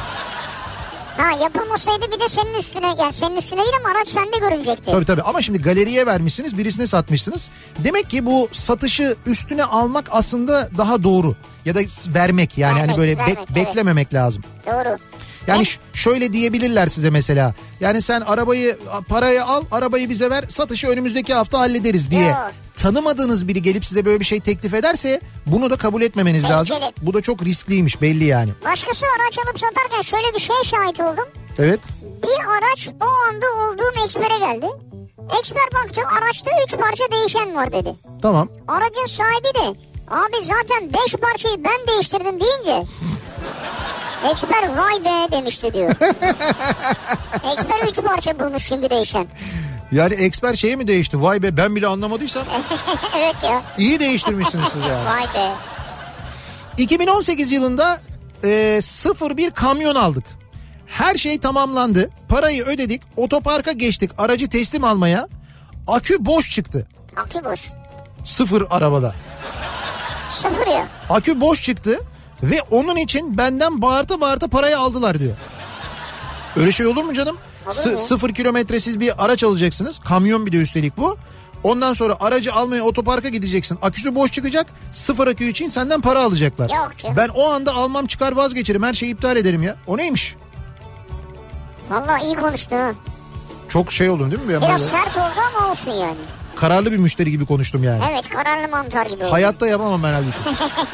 Ha, yapılmasaydı bir de senin üstüne, yani senin üstüne değil ama araç sende görülecekti. Tabii tabii, ama şimdi galeriye vermişsiniz, birisine satmışsınız. Demek ki bu satışı üstüne almak aslında daha doğru. Ya da vermek yani, vermek, hani böyle vermek, bek- evet. beklememek lazım. Doğru. Yani ş- şöyle diyebilirler size mesela. Yani sen arabayı, parayı al, arabayı bize ver, satışı önümüzdeki hafta hallederiz diye. Yok. Tanımadığınız biri gelip size böyle bir şey teklif ederse bunu da kabul etmemeniz Tehlikeli. lazım. Bu da çok riskliymiş belli yani. Başkası araç alıp satarken şöyle bir şeye şahit oldum. Evet. Bir araç o anda olduğum ekspere geldi. Eksper baktı, araçta üç parça değişen var dedi. Tamam. Aracın sahibi de abi zaten beş parçayı ben değiştirdim deyince eksper vay be demişti diyor. Eksper üç parça bulmuş şimdi değişen. Yani eksper şeyi mi değişti? Vay be, ben bile anlamadıysam. Evet ya. İyi değiştirmişsiniz siz yani. Vay be. iki bin on sekiz yılında e, sıfır bir kamyon aldık. Her şey tamamlandı. Parayı ödedik. Otoparka geçtik aracı teslim almaya. Akü boş çıktı. Akü boş. Sıfır arabada. Sıfır ya. Akü boş çıktı ve onun için benden bağırta bağırta parayı aldılar diyor. Öyle şey olur mu canım? S- sıfır kilometresiz bir araç alacaksınız. Kamyon bir de üstelik bu. Ondan sonra aracı almaya otoparka gideceksin. Aküsü boş çıkacak. Sıfır akü için senden para alacaklar. Yok canım. Ben o anda almam, çıkar vazgeçerim. Her şeyi iptal ederim ya. O neymiş? Vallahi iyi konuştun ha. Çok şey oldum değil mi? Ben Biraz böyle sert oldu ama olsun yani. kararlı bir müşteri gibi konuştum yani. Evet, kararlı mantar gibi oldu. Hayatta yapamam ben halbuki.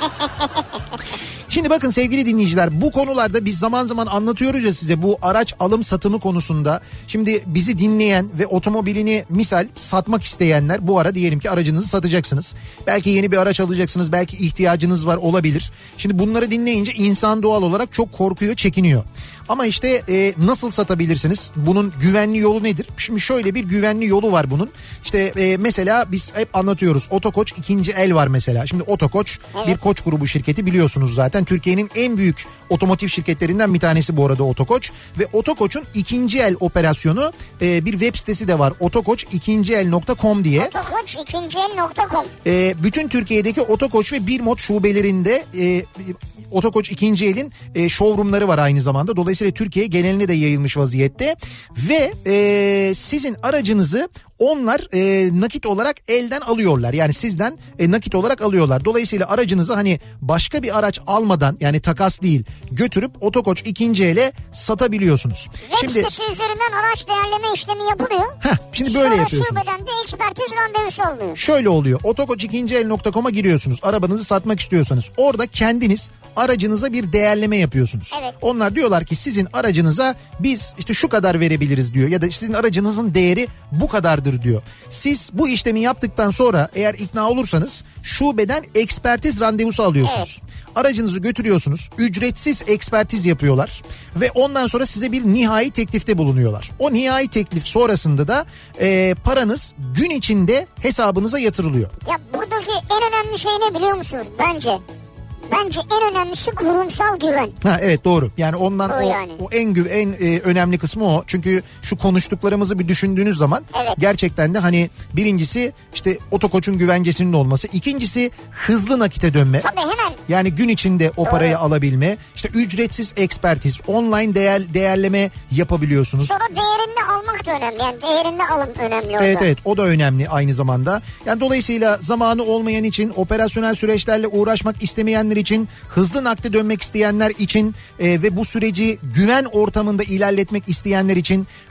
Şimdi bakın sevgili dinleyiciler, bu konularda biz zaman zaman anlatıyoruz ya size, bu araç alım satımı konusunda. Şimdi bizi dinleyen ve otomobilini misal satmak isteyenler, bu ara diyelim ki aracınızı satacaksınız. Belki yeni bir araç alacaksınız, belki ihtiyacınız var, olabilir. Şimdi bunları dinleyince insan doğal olarak çok korkuyor, çekiniyor. Ama işte e, nasıl satabilirsiniz? Bunun güvenli yolu nedir? Şimdi şöyle bir güvenli yolu var bunun. İşte e, mesela biz hep anlatıyoruz. Otokoç ikinci el var mesela. Şimdi Otokoç evet. bir koç grubu şirketi, biliyorsunuz zaten. Türkiye'nin en büyük otomotiv şirketlerinden bir tanesi bu arada Otokoç. Ve Otokoç'un ikinci el operasyonu, e, bir web sitesi de var. otokoç ikinci el nokta com diye. otokoç ikinci el nokta com. E, bütün Türkiye'deki Otokoç ve Birmot şubelerinde e, Otokoç ikinci elin e, showroomları var aynı zamanda. Dolayısıyla Türkiye geneline de yayılmış vaziyette. Ve e, sizin aracınızı onlar e, nakit olarak elden alıyorlar. Yani sizden e, nakit olarak alıyorlar. Dolayısıyla aracınızı hani başka bir araç almadan, yani takas değil, götürüp Otokoç ikinci ele satabiliyorsunuz. Web Şimdi, sitesi üzerinden araç değerleme işlemi yapılıyor. heh, şimdi böyle Sonra yapıyorsunuz. şubeden de ekspertiz randevusu alınıyor. Şöyle oluyor. otokoç ikinci el nokta com'a giriyorsunuz. Arabanızı satmak istiyorsanız orada kendiniz aracınıza bir değerleme yapıyorsunuz. Evet. Onlar diyorlar ki sizin aracınıza biz işte şu kadar verebiliriz diyor. Ya da sizin aracınızın değeri bu kadardır diyor. Siz bu işlemi yaptıktan sonra eğer ikna olursanız şubeden ekspertiz randevusu alıyorsunuz. Evet. Aracınızı götürüyorsunuz. Ücretsiz ekspertiz yapıyorlar. Ve ondan sonra size bir nihai teklifte bulunuyorlar. O nihai teklif sonrasında da e, paranız gün içinde hesabınıza yatırılıyor. Ya buradaki en önemli şey ne biliyor musunuz? Bence. Bence en önemlisi kurumsal güven. Ha evet, doğru. Yani ondan o, o, yani. o en gü, en e, önemli kısmı o. Çünkü şu konuştuklarımızı bir düşündüğünüz zaman evet. gerçekten de hani birincisi işte Otokoç'un güvencesinin olması, ikincisi hızlı nakite dönme. Tabii hemen. Yani gün içinde o doğru. parayı alabilme. İşte ücretsiz ekspertiz, online değer değerleme yapabiliyorsunuz. Sonra değerini almak da önemli. Yani değerini alım önemli orada. Evet evet, o da önemli aynı zamanda. Yani dolayısıyla zamanı olmayan için, operasyonel süreçlerle uğraşmak istemeyenler için, hızlı nakde dönmek isteyenler için e, ve bu süreci güven ortamında ilerletmek isteyenler için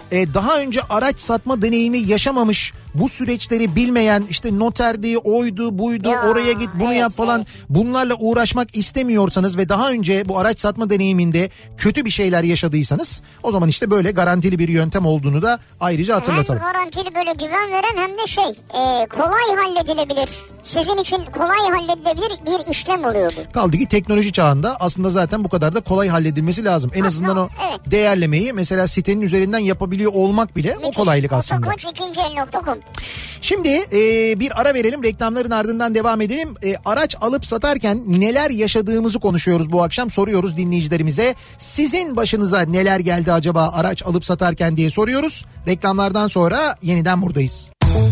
e, daha önce araç satma deneyimi yaşamamış, bu süreçleri bilmeyen, işte noterdi, oydu, buydu, Ya, oraya git, bunu evet, yap falan, evet. bunlarla uğraşmak istemiyorsanız ve daha önce bu araç satma deneyiminde kötü bir şeyler yaşadıysanız, o zaman işte böyle garantili bir yöntem olduğunu da ayrıca hatırlatalım. Hem garantili, böyle güven veren, hem de şey e, kolay halledilebilir. Sizin için kolay halledilebilir bir işlem oluyordu. Kaldı ki teknoloji çağında aslında zaten bu kadar da kolay halledilmesi lazım. En Aslında, azından o evet. değerlemeyi mesela sitenin üzerinden yapabiliyor olmak bile Müthiş. o kolaylık aslında. Otokoç ikinci el nokta com. Şimdi e, bir ara verelim, reklamların ardından devam edelim. E, araç alıp satarken neler yaşadığımızı konuşuyoruz bu akşam, soruyoruz dinleyicilerimize. Sizin başınıza neler geldi acaba araç alıp satarken diye soruyoruz. Reklamlardan sonra yeniden buradayız.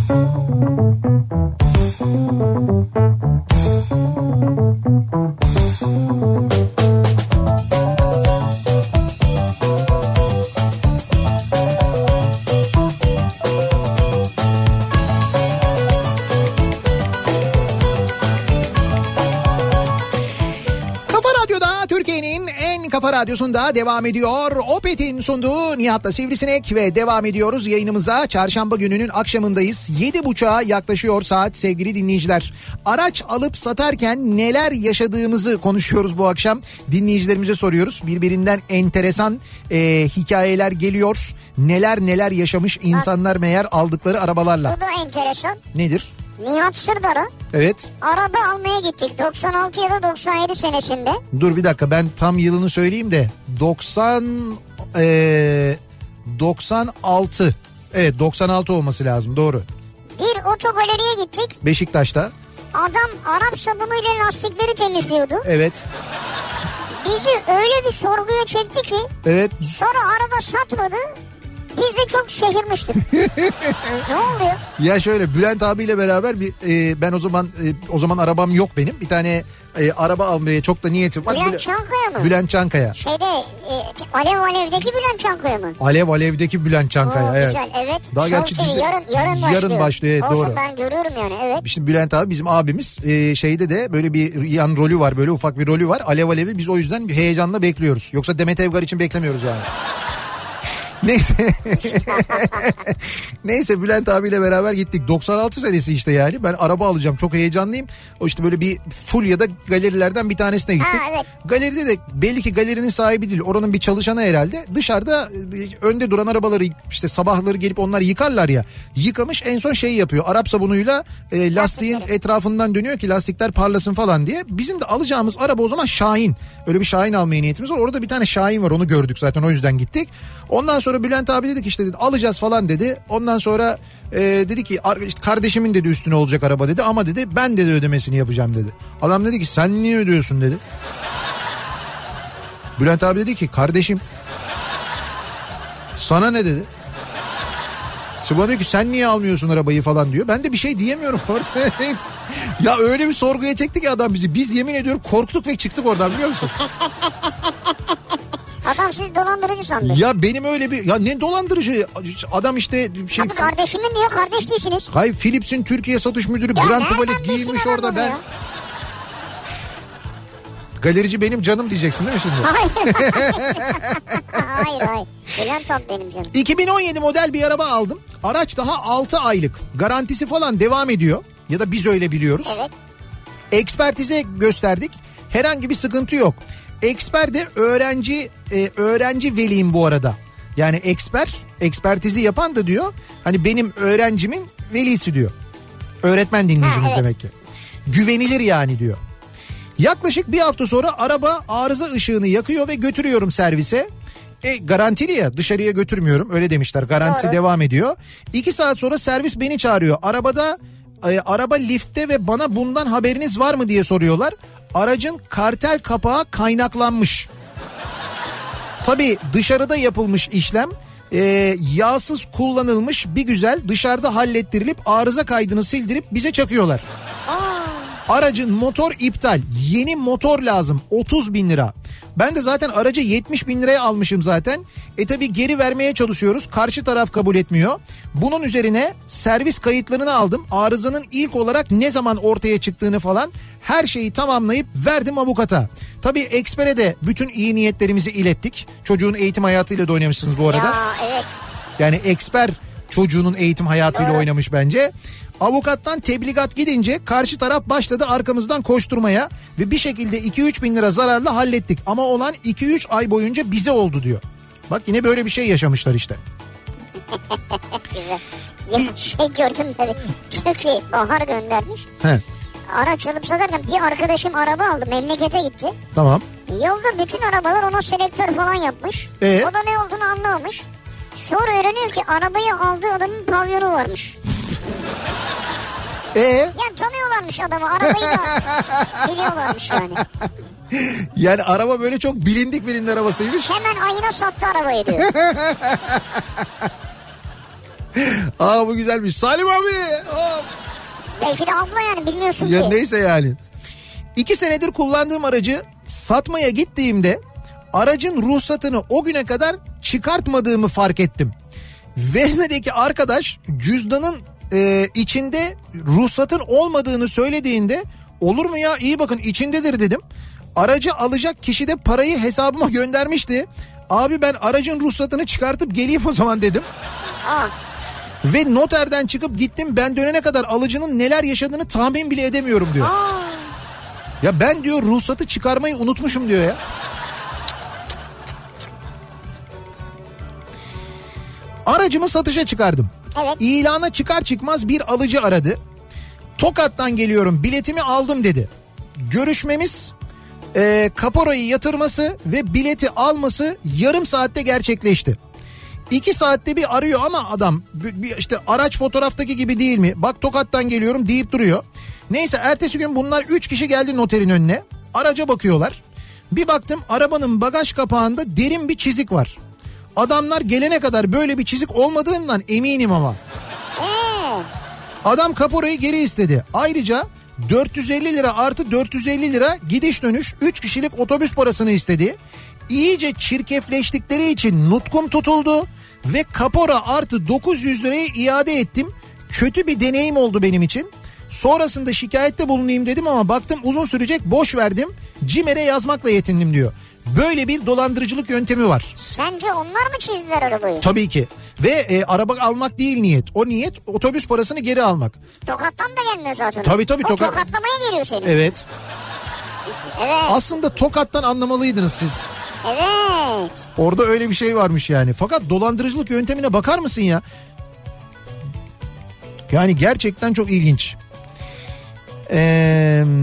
Kafa Radyosu'nda devam ediyor. Opet'in sunduğu Nihat'la Sivrisinek ve devam ediyoruz yayınımıza. Çarşamba gününün akşamındayız. Yedi buçuğa yaklaşıyor saat sevgili dinleyiciler. Araç alıp satarken neler yaşadığımızı konuşuyoruz bu akşam. Dinleyicilerimize soruyoruz. Birbirinden enteresan e, hikayeler geliyor. Neler neler yaşamış insanlar meğer aldıkları arabalarla. Bu da enteresan. Nedir? Nihat Sırdar'a Evet. araba almaya gittik doksan altı ya da doksan yedi senesinde. Dur bir dakika, ben tam yılını söyleyeyim de doksan ee, doksan altı. Evet, doksan altı olması lazım, doğru. Bir otogaleriye gittik. Beşiktaş'ta. Adam Arap sabunuyla lastikleri temizliyordu. Evet. Bizi öyle bir sorguya çekti ki. Evet. Sonra araba satmadı. Biz de çok şaşırmıştık. Ne oluyor? Ya şöyle, Bülent abiyle beraber bir e, ben o zaman e, o zaman arabam yok benim. Bir tane e, araba almaya çok da niyetim var. Bülent Çankaya mı? Bülent Çankaya. Şeyde e, Alev Alev'deki Bülent Çankaya mı? Alev Alev'deki Bülent Çankaya. Oo, evet. Güzel, evet. Daha Show gerçi T V bizi- yarın, yarın başlıyor. Yarın başlıyor, evet, Olsun, doğru. ben görüyorum yani, evet. Şimdi Bülent abi bizim abimiz, e, şeyde de böyle bir yan rolü var, böyle ufak bir rolü var. Alev Alev'i biz o yüzden bir heyecanla bekliyoruz. Yoksa Demet Evgar için beklemiyoruz yani. Neyse. Neyse, Bülent abiyle beraber gittik. doksan altı senesi işte yani. Ben araba alacağım, çok heyecanlıyım. O işte böyle bir Fulya'da galerilerden bir tanesine gittik. Ha, evet. Galeride de belli ki galerinin sahibi değil, oranın bir çalışanı herhalde. Dışarıda e, önde duran arabaları işte sabahları gelip onlar yıkarlar ya. Yıkamış, en son şey yapıyor. Arap sabunuyla e, lastiğin Lastikleri. etrafından dönüyor ki lastikler parlasın falan diye. Bizim de alacağımız araba o zaman Şahin. Öyle bir Şahin almaya niyetimiz var. Orada bir tane Şahin var, onu gördük zaten, o yüzden gittik. Ondan sonra Bülent abi dedik işte dedi, alacağız falan dedi. Ondan sonra e, dedi ki işte kardeşimin dedi üstüne olacak araba dedi, ama dedi ben dedi ödemesini yapacağım dedi. Adam dedi ki sen niye ödüyorsun dedi. Bülent abi dedi ki kardeşim sana ne dedi. İşte bana diyor ki sen niye almıyorsun arabayı falan diyor. Ben de bir şey diyemiyorum orada. Ya öyle bir sorguya çekti ki adam bizi. Biz yemin ediyorum korktuk ve çıktık oradan, biliyor musun? Adam sizi dolandırıcı sandı. Ya benim öyle bir, ya ne dolandırıcı adam işte şey. Abi kardeşimin diyor, kardeş değilsiniz. Hayır, Philips'in Türkiye satış müdürü Ya Grand nereden Tuvalet bilsin giymiş adam orada, onu ben. ya? Galerici benim canım diyeceksin değil mi şimdi? Hayır. hayır hayır. Bülent abi benim canım. iki bin on yedi model bir araba aldım. Araç daha altı aylık. Garantisi falan devam ediyor. Ya da biz öyle biliyoruz. Evet. Ekspertize gösterdik. Herhangi bir sıkıntı yok. Eksper de öğrenci e, öğrenci veliyim bu arada. Yani eksper, ekspertizi yapan da diyor. Hani benim öğrencimin velisi diyor. Öğretmen dinleyicimiz Ha, evet. demek ki. Güvenilir yani diyor. Yaklaşık bir hafta sonra araba arıza ışığını yakıyor ve götürüyorum servise. E, garantili ya, dışarıya götürmüyorum, öyle demişler, garantisi Doğru. devam ediyor. İki saat sonra servis beni çağırıyor. Arabada e, araba liftte ve bana bundan haberiniz var mı diye soruyorlar. Aracın kartel kapağı kaynaklanmış. Tabii dışarıda yapılmış işlem. E, yağsız kullanılmış, bir güzel dışarıda hallettirilip arıza kaydını sildirip bize çakıyorlar. Aracın motor iptal. Yeni motor lazım. otuz bin lira. Ben de zaten aracı yetmiş bin liraya almışım zaten. E tabi geri vermeye çalışıyoruz. Karşı taraf kabul etmiyor. Bunun üzerine servis kayıtlarını aldım. Arızanın ilk olarak ne zaman ortaya çıktığını falan her şeyi tamamlayıp verdim avukata. Tabi ekspere de bütün iyi niyetlerimizi ilettik. Çocuğun eğitim hayatıyla da oynamışsınız bu arada. Ya evet. Yani eksper çocuğunun eğitim hayatıyla Doğru. oynamış bence. Avukattan tebligat gidince karşı taraf başladı arkamızdan koşturmaya ve bir şekilde iki üç bin lira zararla hallettik. Ama olan iki üç ay boyunca bize oldu diyor. Bak yine böyle bir şey yaşamışlar işte. Güzel. Ya şey gördüm tabii. Diyor ki Bahar göndermiş. He. Araç alıp satarken bir arkadaşım araba aldı, memlekete gitti. Tamam. Yolda bütün arabalar ona selektör falan yapmış. Ee? O da ne olduğunu anlamamış. Sonra öğreniyor ki arabayı aldığı adamın pavyonu varmış. Ee? Ya tanıyorlarmış adamı, arabayı da biliyorlarmış yani. Yani araba böyle çok bilindik birinin arabasıymış. Hemen ayına sattı arabayı diyor. Aa bu güzelmiş. Salim abi. Hop. Belki de abla yani, bilmiyorsun Ya ki. neyse yani. İki senedir kullandığım aracı satmaya gittiğimde aracın ruhsatını o güne kadar çıkartmadığımı fark ettim. Vezne'deki arkadaş cüzdanın e, içinde ruhsatın olmadığını söylediğinde olur mu ya, iyi bakın içindedir dedim. Aracı alacak kişi de parayı hesabıma göndermişti. Abi ben aracın ruhsatını çıkartıp geleyim o zaman dedim. Aa. Ve noterden çıkıp gittim, ben dönene kadar alıcının neler yaşadığını tahmin bile edemiyorum diyor. Aa. Ya ben diyor ruhsatı çıkarmayı unutmuşum diyor ya. Aracımı satışa çıkardım. Evet. İlana çıkar çıkmaz bir alıcı aradı. Tokat'tan geliyorum, biletimi aldım dedi. Görüşmemiz e, kaporayı yatırması ve bileti alması yarım saatte gerçekleşti. İki saatte bir arıyor ama adam bir işte araç fotoğraftaki gibi değil mi? Bak Tokat'tan geliyorum deyip duruyor. Neyse ertesi gün bunlar üç kişi geldi noterin önüne. Araca bakıyorlar. Bir baktım arabanın bagaj kapağında derin bir çizik var. Adamlar gelene kadar böyle bir çizik olmadığından eminim ama. Ee, Adam kaporayı geri istedi. Ayrıca dört yüz elli lira artı dört yüz elli lira gidiş dönüş üç kişilik otobüs parasını istedi. İyice çirkefleştikleri için nutkum tutuldu ve kapora artı dokuz yüz lirayı iade ettim. Kötü bir deneyim oldu benim için. Sonrasında şikayette bulunayım dedim ama baktım uzun sürecek, boş verdim. CİMER'e yazmakla yetindim diyor. Böyle bir dolandırıcılık yöntemi var. sence onlar mı çizdiler arabayı? Tabii ki. Ve e, araba almak değil niyet. O niyet otobüs parasını geri almak. Tokat'tan da gelmiyor zaten. Tabii, tabii, o Tokat- tokatlamaya geliyor seni. Evet. Evet. Aslında Tokat'tan anlamalıydınız siz. Evet. Orada öyle bir şey varmış yani. Fakat dolandırıcılık yöntemine bakar mısın ya? Yani gerçekten çok ilginç. Ee...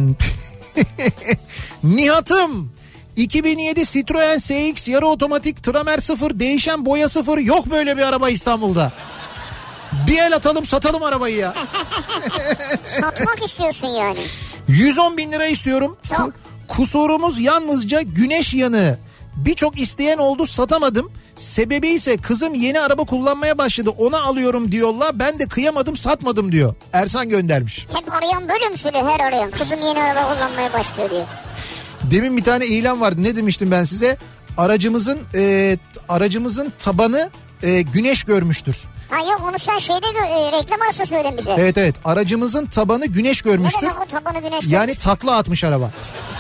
Nihat'ım. iki bin yedi Citroen C X yarı otomatik, tramer sıfır, değişen boya sıfır, yok böyle bir araba İstanbul'da. Bir el atalım satalım arabayı ya. Satmak istiyorsun yani. yüz on bin lira istiyorum. Çok. Ku- Kusurumuz yalnızca güneş yanığı. Birçok isteyen oldu, satamadım. Sebebi ise kızım yeni araba kullanmaya başladı, ona alıyorum diyorlar. Ben de kıyamadım, satmadım diyor. Ersan göndermiş. Hep arayan böyle mi söylüyor, her arayan? Kızım yeni araba kullanmaya başlıyor diyor. Demin bir tane ilan vardı, ne demiştim ben size? Aracımızın e, aracımızın tabanı e, güneş görmüştür. Ha yok, onu sen şeyde gö- e, reklam arası söyledin bize. Evet evet, aracımızın tabanı güneş Ne görmüştür. demek o tabanı güneş Yani görmüş? takla atmış araba.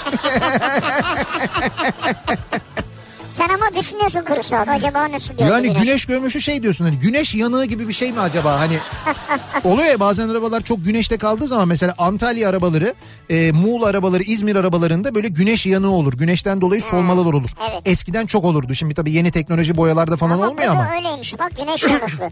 Sen ama düşünüyorsun kırk saat, acaba nasıl gördü Yani güneş? güneş görmüşü şey diyorsun, hani güneş yanığı gibi bir şey mi acaba, hani oluyor ya bazen arabalar çok güneşte kaldığı zaman, mesela Antalya arabaları, e, Muğla arabaları, İzmir arabalarında böyle güneş yanığı olur, güneşten dolayı solmalar olur. Evet. Eskiden çok olurdu, şimdi tabii yeni teknoloji boyalarda falan ama olmuyor bu da ama. öyleymiş bak, güneş yanıklı.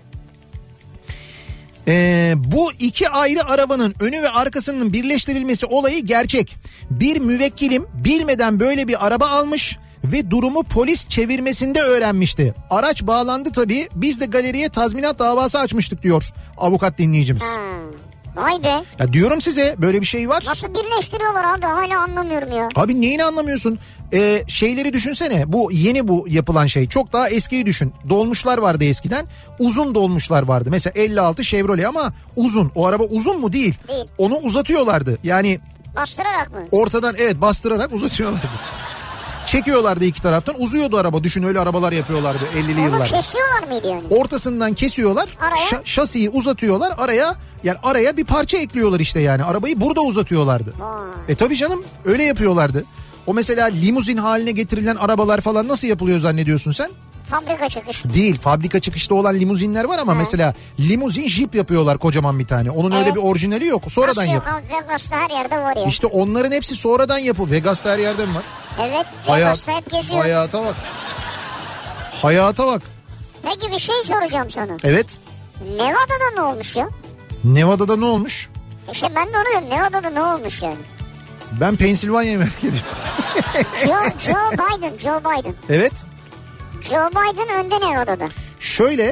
Ee, bu iki ayrı arabanın önü ve arkasının birleştirilmesi olayı gerçek. Bir müvekkilim bilmeden böyle bir araba almış ve durumu polis çevirmesinde öğrenmişti. Araç bağlandı tabii, biz de galeriye tazminat davası açmıştık diyor avukat dinleyicimiz. Hmm. Vay be. Ya diyorum size, böyle bir şey var. Nasıl birleştiriyorlar abi, hala anlamıyorum ya. Abi neyini anlamıyorsun? Ee, şeyleri düşünsene, bu yeni bu yapılan şey, çok daha eskiyi düşün. Dolmuşlar vardı eskiden, uzun dolmuşlar vardı. Mesela elli altı Chevrolet ama uzun. O araba uzun mu? Değil. Değil. Onu uzatıyorlardı. Yani Bastırarak mı? ortadan evet bastırarak uzatıyorlardı. Çekiyorlardı iki taraftan, uzuyordu araba. Düşün, öyle arabalar yapıyorlardı ellili Onu yıllarda. kesiyorlar mıydı yani? Ortasından kesiyorlar, Araya? şa- şasiyi uzatıyorlar, araya yani araya bir parça ekliyorlar işte, yani arabayı burada uzatıyorlardı. Vay. E tabii canım, öyle yapıyorlardı. O mesela limuzin haline getirilen arabalar falan nasıl yapılıyor zannediyorsun sen? Fabrika çıkışı. Değil, fabrika çıkışta olan limuzinler var ama He. mesela limuzin jip yapıyorlar kocaman bir tane. Onun evet. öyle bir orijinali yok. Sonradan Nasıl yap. yok abi, Vegas'ta her yerde var ya. İşte onların hepsi sonradan yapı. Vegas'ta her yerde mi var? Evet, Hayat, Vegas'ta hep geziyor. Hayata bak. Hayata bak. Peki bir şey soracağım sana. Evet. Nevada'da ne olmuş ya? Nevada'da ne olmuş? İşte ben de onu diyorum. Nevada'da ne olmuş yani? Ben Pensilvanya'yı merak ediyorum. Joe, Joe Biden, Joe Biden. Evet. Joe Biden önde Nevada'da. Şöyle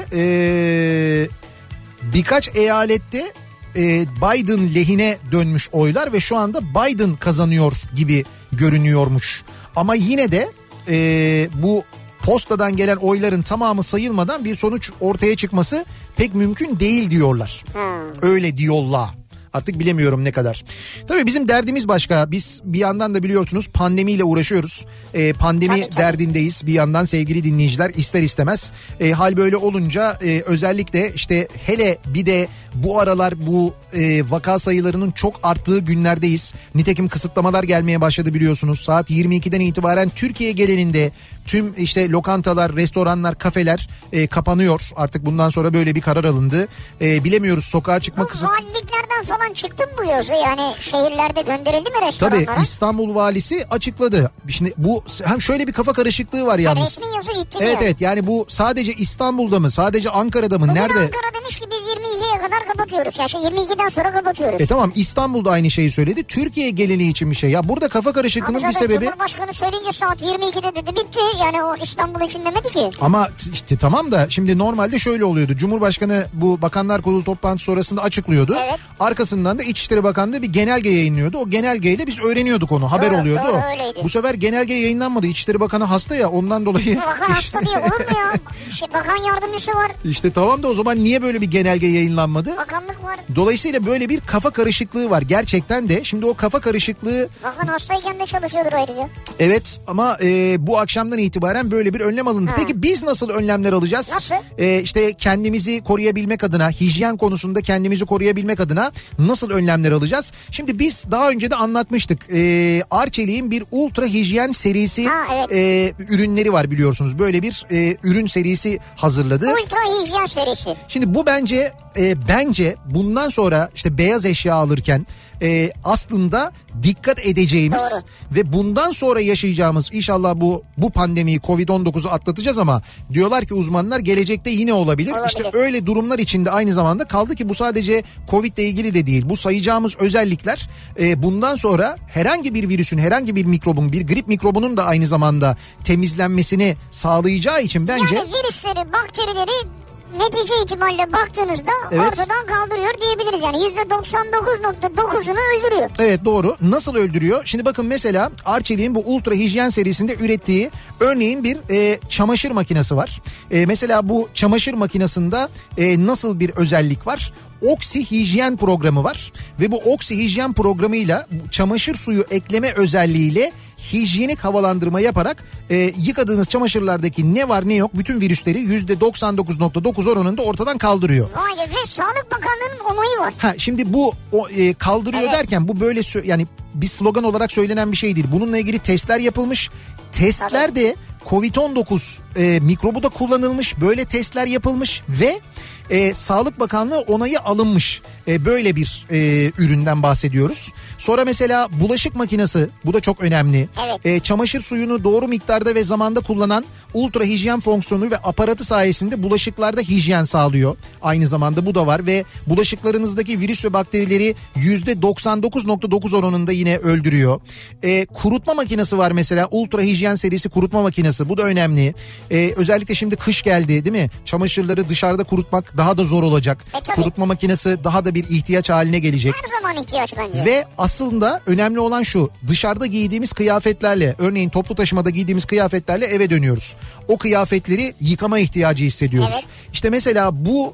ee, birkaç eyalette ee, Biden lehine dönmüş oylar ve şu anda Biden kazanıyor gibi görünüyormuş. Ama yine de ee, bu postadan gelen oyların tamamı sayılmadan bir sonuç ortaya çıkması pek mümkün değil diyorlar. Hmm. Öyle diyorlar. Artık bilemiyorum ne kadar. Tabii bizim derdimiz başka. Biz bir yandan da biliyorsunuz pandemiyle uğraşıyoruz. Ee, pandemi tabii, tabii. derdindeyiz bir yandan sevgili dinleyiciler, ister istemez. Ee, hal böyle olunca e, özellikle işte hele bir de bu aralar bu e, vaka sayılarının çok arttığı günlerdeyiz. Nitekim kısıtlamalar gelmeye başladı biliyorsunuz. Saat yirmi ikiden itibaren Türkiye genelinde tüm işte lokantalar, restoranlar, kafeler e, kapanıyor. Artık bundan sonra böyle bir karar alındı. E, bilemiyoruz, sokağa çıkma kısıt... Valiliklerden falan çıktı mı bu yazı? Yani şehirlerde gönderildi mi restoranlara? Tabii İstanbul valisi açıkladı. Şimdi bu hem şöyle bir kafa karışıklığı var yalnız. Ha, resmi yazı gitti Evet mi? evet, yani bu sadece İstanbul'da mı, sadece Ankara'da mı, bugün nerede? Ankara demiş ki biz yirmi ikiye kadar kapatıyoruz. Yani yirmi ikiden sonra kapatıyoruz. E tamam, İstanbul'da aynı şeyi söyledi. Türkiye geneli için bir şey. Ya burada kafa karışıklığının bir sebebi... Cumhurbaşkanı söyleyince saat yirmi ikide dedi, bitti. Yani o İstanbul için demedi ki. Ama işte tamam da şimdi normalde şöyle oluyordu. Cumhurbaşkanı bu Bakanlar Kurulu toplantısı sonrasında açıklıyordu. Evet. Arkasından da İçişleri Bakanlığı bir genelge yayınlıyordu. O genelgeyle biz öğreniyorduk onu. Haber doğru, oluyordu. Doğru, öyleydi. Bu sefer genelge yayınlanmadı. İçişleri Bakanı hasta ya, ondan dolayı. Bakan hasta diye olur mu ya? İşte bakan yardımcısı var. İşte tamam da o zaman niye böyle bir genelge yayınlanmadı? Bakanlık var. Dolayısıyla böyle bir kafa karışıklığı var gerçekten de. Şimdi o kafa karışıklığı... Bakan hastayken de çalışıyordur ayrıca. Evet ama e, bu akşamdan itibaren böyle bir önlem alındı. Ha. Peki biz nasıl önlemler alacağız? Nasıl? E, işte kendimizi koruyabilmek adına, hijyen konusunda kendimizi koruyabilmek adına nasıl önlemler alacağız? Şimdi biz daha önce de anlatmıştık. E, Arçelik'in bir ultra hijyen serisi ha, evet. e, ürünleri var biliyorsunuz. Böyle bir e, ürün serisi hazırladı. Ultra hijyen serisi. Şimdi bu bence e, bence bundan sonra işte beyaz eşya alırken e, aslında dikkat edeceğimiz Doğru. ve bundan sonra yaşayacağımız, inşallah bu bu pandemiyi kovid on dokuzu atlatacağız ama diyorlar ki uzmanlar gelecekte yine olabilir. olabilir. İşte öyle durumlar içinde aynı zamanda kaldı ki bu sadece Covid ile ilgili de değil. Bu sayacağımız özellikler e, bundan sonra herhangi bir virüsün, herhangi bir mikrobun, bir grip mikrobunun da aynı zamanda temizlenmesini sağlayacağı için bence... Yani virüsleri, bakterileri netice itibariyle baktığınızda evet. ortadan kaldırıyor diyebiliriz. Yani yüzde doksan dokuz nokta dokuzunu öldürüyor. Evet doğru. Nasıl öldürüyor? Şimdi bakın mesela Arçelik'in bu ultra hijyen serisinde ürettiği örneğin bir e, çamaşır makinesi var. E, mesela bu çamaşır makinesinde e, nasıl bir özellik var? Oksi hijyen programı var ve bu oksi hijyen programıyla çamaşır suyu ekleme özelliğiyle hijyenik havalandırma yaparak e, yıkadığınız çamaşırlardaki ne var ne yok bütün virüsleri yüzde doksan dokuz nokta dokuz oranında ortadan kaldırıyor. Vay be, ve Sağlık Bakanlığı'nın onayı var. Ha şimdi bu o, e, kaldırıyor evet. derken bu böyle yani bir slogan olarak söylenen bir şey değil. Bununla ilgili testler yapılmış. Testler de kovid on dokuz e, mikrobu da kullanılmış. Böyle testler yapılmış ve e, Sağlık Bakanlığı onayı alınmış. E, böyle bir e, üründen bahsediyoruz. Sonra mesela bulaşık makinesi, bu da çok önemli. Evet. E, çamaşır suyunu doğru miktarda ve zamanda kullanan ultra hijyen fonksiyonu ve aparatı sayesinde bulaşıklarda hijyen sağlıyor. Aynı zamanda bu da var ve bulaşıklarınızdaki virüs ve bakterileri yüzde doksan dokuz nokta dokuz oranında yine öldürüyor. E, kurutma makinesi var mesela, ultra hijyen serisi kurutma makinesi, bu da önemli. E, özellikle şimdi kış geldi değil mi? Çamaşırları dışarıda kurutmak daha da zor olacak. E, kurutma makinesi daha da bir ihtiyaç haline gelecek. Her zaman ihtiyaç bence. Ve aslında önemli olan şu, dışarıda giydiğimiz kıyafetlerle, örneğin toplu taşımada giydiğimiz kıyafetlerle eve dönüyoruz. O kıyafetleri yıkama ihtiyacı hissediyoruz. Evet. İşte mesela bu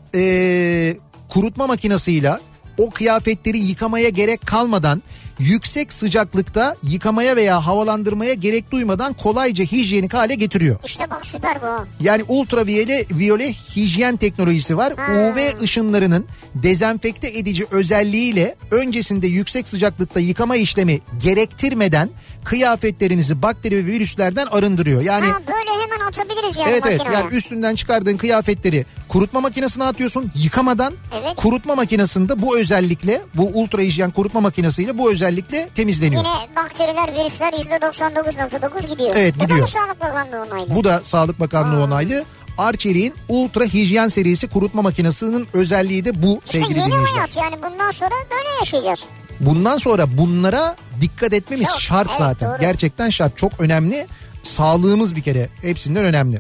e, kurutma makinesiyle o kıyafetleri yıkamaya gerek kalmadan, yüksek sıcaklıkta yıkamaya veya havalandırmaya gerek duymadan kolayca hijyenik hale getiriyor. İşte bak süper bu. Yani ultraviyole viyole hijyen teknolojisi var. Ha. U V ışınlarının dezenfekte edici özelliğiyle öncesinde yüksek sıcaklıkta yıkama işlemi gerektirmeden kıyafetlerinizi bakteri ve virüslerden arındırıyor. Yani ha, böyle hemen atabiliriz yani evet, makineye. Evet yani üstünden çıkardığın kıyafetleri kurutma makinesine atıyorsun. Yıkamadan evet. kurutma makinesinde bu özellikle, bu ultra hijyen kurutma makinesiyle bu özellikle temizleniyor. Yine bakteriler, virüsler yüzde doksan dokuz nokta dokuz gidiyor. Evet, gidiyor. Bu da Sağlık Bakanlığı onaylı. Bu da Sağlık Bakanlığı Aa. onaylı. Arçelik'in ultra hijyen serisi kurutma makinesinin özelliği de bu işte sevgili yeni dinleyiciler. hayat yani bundan sonra böyle yaşayacağız. Bundan sonra bunlara dikkat etmemiz çok, şart evet, zaten. Doğru. Gerçekten şart. Çok önemli. Sağlığımız bir kere hepsinden önemli.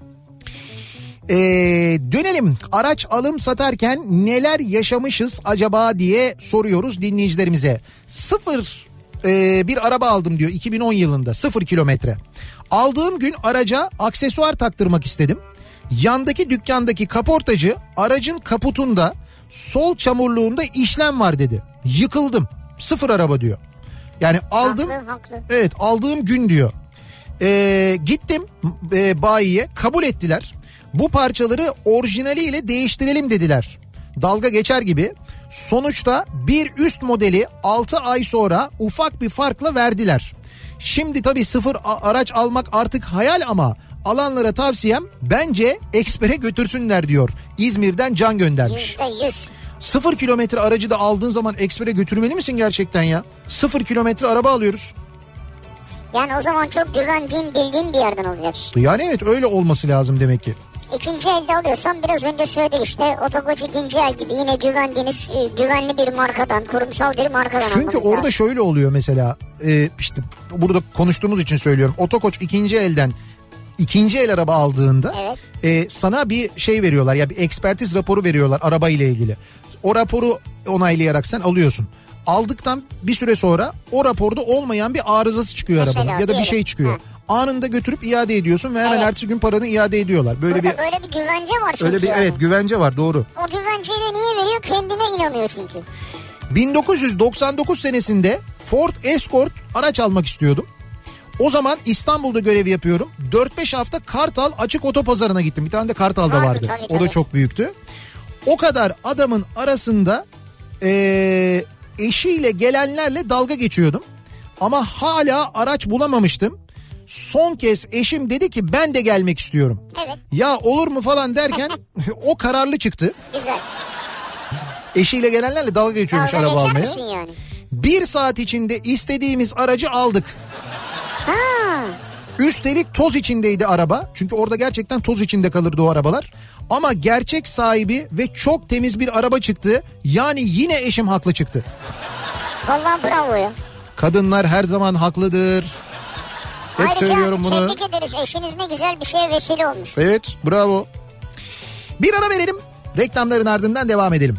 Ee, dönelim. Araç alım satarken neler yaşamışız acaba diye soruyoruz dinleyicilerimize. Sıfır e, bir araba aldım diyor iki bin on yılında. Sıfır kilometre. Aldığım gün araca aksesuar taktırmak istedim. Yandaki dükkandaki kaportacı aracın kaputunda sol çamurluğunda işlem var dedi. Yıkıldım. Sıfır araba diyor. Yani aldım. Haklı, haklı. Evet aldığım gün diyor. Ee, gittim e, bayiye, kabul ettiler. Bu parçaları orijinaliyle değiştirelim dediler. Dalga geçer gibi. Sonuçta bir üst modeli altı ay sonra ufak bir farkla verdiler. Şimdi tabii sıfır araç almak artık hayal ama alanlara tavsiyem bence ekspere götürsünler diyor. İzmir'den Can göndermiş. yüzde yüz. Sıfır kilometre aracı da aldığın zaman ekspere götürmeli misin gerçekten ya? Sıfır kilometre araba alıyoruz. Yani o zaman çok güvendiğin, bildiğin bir yerden alacaksın. Yani evet öyle olması lazım demek ki. İkinci elde alıyorsan biraz önce söyledik işte Otokoç ikinci el gibi yine güvendiğiniz güvenli bir markadan, kurumsal bir markadan. Çünkü orada lazım. şöyle oluyor mesela e, işte burada konuştuğumuz için söylüyorum. Otokoç ikinci elden ikinci el araba aldığında evet. e, sana bir şey veriyorlar ya bir ekspertiz raporu veriyorlar araba ile ilgili. O raporu onaylayarak sen alıyorsun. Aldıktan bir süre sonra o raporda olmayan bir arızası çıkıyor mesela, arabanın ya da diyelim. bir şey çıkıyor. Ha. Anında götürüp iade ediyorsun ve hemen evet. ertesi gün paranı iade ediyorlar. Böyle Burada bir böyle bir güvence var çünkü. Öyle bir yani. evet güvence var doğru. O güvenceyi de niye veriyor? Kendine inanıyor çünkü. bin dokuz yüz doksan dokuz senesinde Ford Escort araç almak istiyordum. O zaman İstanbul'da görev yapıyorum. dört beş hafta Kartal açık otopazarına gittim. Bir tane de Kartal'da vardı. vardı. Tabii, o tabii. da çok büyüktü. O kadar adamın arasında e, eşiyle gelenlerle dalga geçiyordum. Ama hala araç bulamamıştım. Son kez eşim dedi ki ben de gelmek istiyorum. Evet. Ya olur mu falan derken o kararlı çıktı. Güzel. Eşiyle gelenlerle dalga geçiyormuş dalga araba geçer almaya. misin yani? Bir saat içinde istediğimiz aracı aldık. Ha. Üstelik toz içindeydi araba. Çünkü orada gerçekten toz içinde kalırdı o arabalar. Ama gerçek sahibi ve çok temiz bir araba çıktı. Yani yine eşim haklı çıktı. Vallahi bravo ya. Kadınlar her zaman haklıdır. Hep Ayrıca söylüyorum bunu. tebrik ederiz. Eşiniz ne güzel bir şeye vesile olmuş. Evet bravo. Bir ara verelim. Reklamların ardından devam edelim.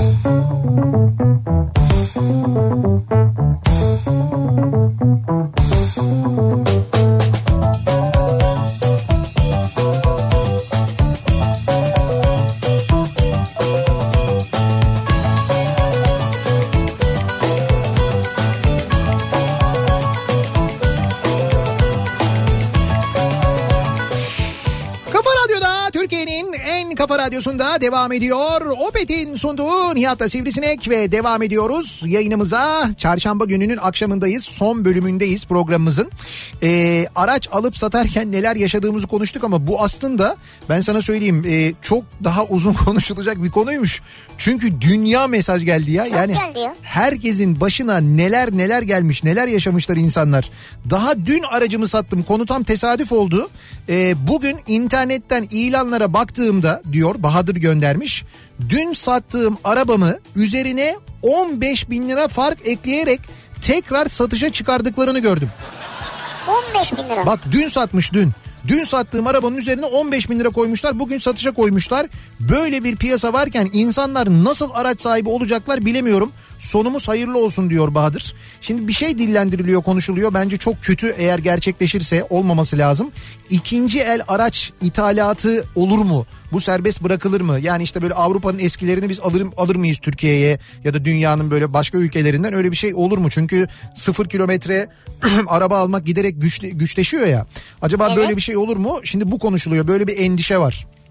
Kafa Radyosu'nda devam ediyor. Opet'in sunduğu Nihat'la Sivrisinek ve devam ediyoruz yayınımıza. Çarşamba gününün akşamındayız. Son bölümündeyiz programımızın. Ee, araç alıp satarken neler yaşadığımızı konuştuk ama bu aslında ben sana söyleyeyim e, çok daha uzun konuşulacak bir konuymuş. Çünkü dünya mesaj geldi ya. Çok yani geldi ya. Herkesin başına neler neler gelmiş, neler yaşamışlar insanlar. Daha dün aracımı sattım. Konu tam tesadüf oldu. Ee, bugün internetten ilanlara baktığımda diyor Bahadır göndermiş. Dün sattığım arabamı üzerine on beş bin lira fark ekleyerek tekrar satışa çıkardıklarını gördüm. on beş bin lira. Bak dün satmış dün. Dün sattığım arabanın üzerine on beş bin lira koymuşlar. Bugün satışa koymuşlar. Böyle bir piyasa varken insanlar nasıl araç sahibi olacaklar bilemiyorum. Sonumuz hayırlı olsun diyor Bahadır. Şimdi bir şey dillendiriliyor, konuşuluyor. Bence çok kötü, eğer gerçekleşirse olmaması lazım. İkinci el araç ithalatı olur mu? Bu serbest bırakılır mı? Yani işte böyle Avrupa'nın eskilerini biz alır, alır mıyız Türkiye'ye ya da dünyanın böyle başka ülkelerinden, öyle bir şey olur mu? Çünkü sıfır kilometre araba almak giderek güçle, güçleşiyor ya. Acaba evet. böyle bir şey olur mu? Şimdi bu konuşuluyor. Böyle bir endişe var.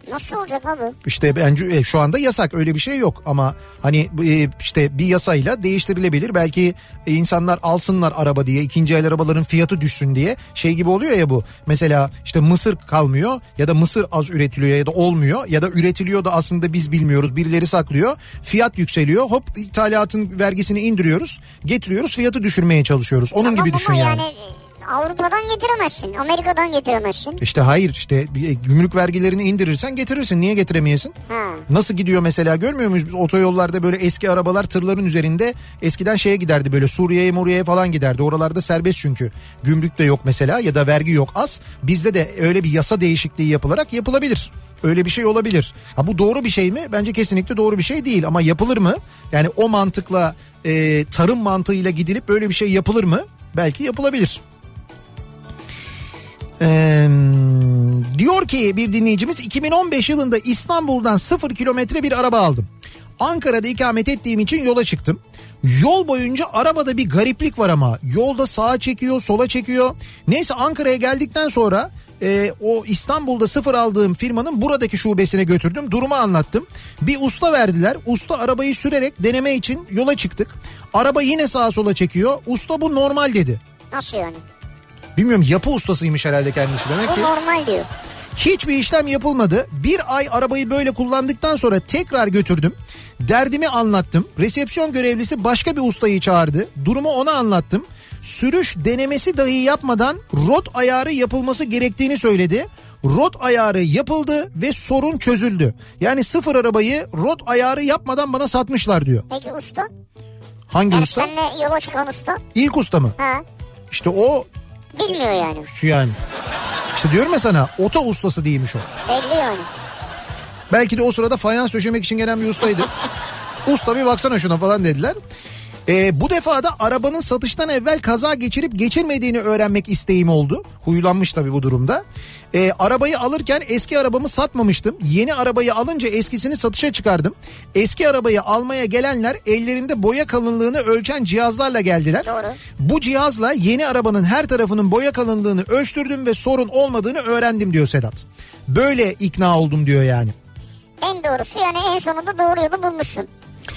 Nasıl olacak abi? İşte bence şu anda yasak, öyle bir şey yok ama hani işte bir yasayla değiştirilebilir. Belki insanlar alsınlar araba diye, ikinci el arabaların fiyatı düşsün diye, şey gibi oluyor ya bu. Mesela işte mısır kalmıyor ya da mısır az üretiliyor ya da olmuyor ya da üretiliyor da aslında biz bilmiyoruz, birileri saklıyor. Fiyat yükseliyor, hop ithalatın vergisini indiriyoruz, getiriyoruz, fiyatı düşürmeye çalışıyoruz. Onun Ama gibi düşün yani. yani. Avrupa'dan getiremezsin, Amerika'dan getiremezsin. İşte hayır, işte gümrük vergilerini indirirsen getirirsin. Niye getiremeyesin? Ha. Nasıl gidiyor mesela, görmüyor muyuz biz otoyollarda böyle eski arabalar tırların üzerinde, eskiden şeye giderdi, böyle Suriye'ye Muriye'ye falan giderdi. Oralarda serbest çünkü. Gümrük de yok mesela ya da vergi yok az. Bizde de öyle bir yasa değişikliği yapılarak yapılabilir. Öyle bir şey olabilir. Ha, bu doğru bir şey mi? Bence kesinlikle doğru bir şey değil ama yapılır mı? Yani o mantıkla, e, tarım mantığıyla gidilip böyle bir şey yapılır mı? Belki yapılabilir. Ee, diyor ki bir dinleyicimiz, iki bin on beş yılında İstanbul'dan sıfır kilometre bir araba aldım. Ankara'da ikamet ettiğim için yola çıktım. Yol boyunca arabada bir gariplik var ama yolda sağa çekiyor, sola çekiyor. Neyse Ankara'ya geldikten sonra e, o İstanbul'da sıfır aldığım firmanın buradaki şubesine götürdüm. Durumu anlattım. Bir usta verdiler. Usta arabayı sürerek deneme için yola çıktık. Araba yine sağa sola çekiyor. Usta bu normal dedi. Nasıl yani? Bilmiyorum, yapı ustasıymış herhalde kendisi demek ki. Bu normal diyor. Hiçbir işlem yapılmadı. Bir ay arabayı böyle kullandıktan sonra tekrar götürdüm. Derdimi anlattım. Resepsiyon görevlisi başka bir ustayı çağırdı. Durumu ona anlattım. Sürüş denemesi dahi yapmadan rot ayarı yapılması gerektiğini söyledi. Rot ayarı yapıldı ve sorun çözüldü. Yani sıfır arabayı rot ayarı yapmadan bana satmışlar diyor. Peki usta? Hangi yani usta? Seninle yola çıkan usta? İlk usta mı? Ha. İşte o... Bilmiyor yani. Yani. İşte diyorum ya sana, oto ustası değilmiş o. Belli yani. Belki de o sırada fayans döşemek için gelen bir ustaydı. Usta bir baksana şuna falan dediler. Ee, bu defa da arabanın satıştan evvel kaza geçirip geçirmediğini öğrenmek isteğim oldu. Huylanmış tabii bu durumda. Ee, arabayı alırken eski arabamı satmamıştım. Yeni arabayı alınca eskisini satışa çıkardım. Eski arabayı almaya gelenler ellerinde boya kalınlığını ölçen cihazlarla geldiler. Doğru. Bu cihazla yeni arabanın her tarafının boya kalınlığını ölçtürdüm ve sorun olmadığını öğrendim diyor Sedat. Böyle ikna oldum diyor yani. En doğrusu yani, en sonunda doğru yolu bulmuşsun.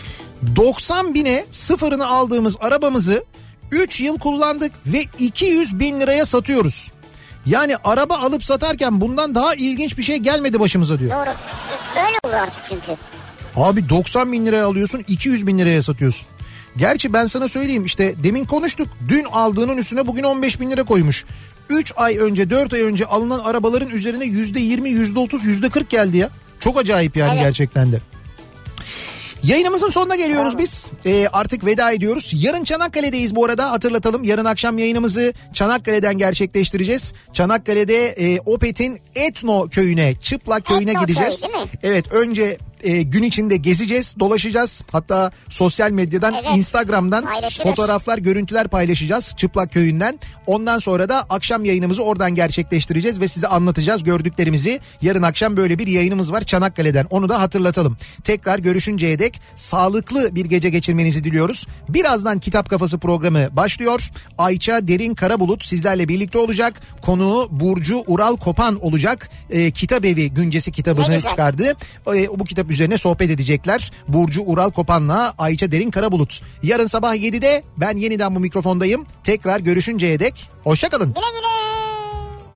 doksan bine sıfırını aldığımız arabamızı üç yıl kullandık ve iki yüz bin liraya satıyoruz. Yani araba alıp satarken bundan daha ilginç bir şey gelmedi başımıza diyor. Doğru. Öyle olur artık çünkü. Abi doksan bin liraya alıyorsun, iki yüz bin liraya satıyorsun. Gerçi ben sana söyleyeyim, işte demin konuştuk. Dün aldığının üstüne bugün on beş bin lira koymuş. üç ay önce, dört ay önce alınan arabaların üzerine yüzde yirmi, yüzde otuz, yüzde kırk geldi ya. Çok acayip yani, evet. Gerçekten de. Yayınımızın sonuna geliyoruz biz. Ee, artık veda ediyoruz. Yarın Çanakkale'deyiz bu arada, hatırlatalım. Yarın akşam yayınımızı Çanakkale'den gerçekleştireceğiz. Çanakkale'de e, Opet'in Etno köyüne, Çıplak köyüne Etno gideceğiz. Köy, evet, önce e, gün içinde gezeceğiz, dolaşacağız. Hatta sosyal medyadan, evet, Instagram'dan fotoğraflar, görüntüler paylaşacağız Çıplak köyünden. Ondan sonra da akşam yayınımızı oradan gerçekleştireceğiz ve size anlatacağız gördüklerimizi. Yarın akşam böyle bir yayınımız var Çanakkale'den. Onu da hatırlatalım. Tekrar görüşünceye dek sağlıklı bir gece geçirmenizi diliyoruz. Birazdan Kitap Kafası programı başlıyor. Ayça Derin Karabulut sizlerle birlikte olacak. Konuğu Burcu Ural Kopan olacak. E, Kitap Evi Güncesi kitabını çıkardı. E, bu kitap üzerine sohbet edecekler. Burcu Ural Kopan'la Ayça Derin Karabulut. Yarın sabah yedide ben yeniden bu mikrofondayım. Tekrar görüşünceye dek hoşça kalın. Güle güle.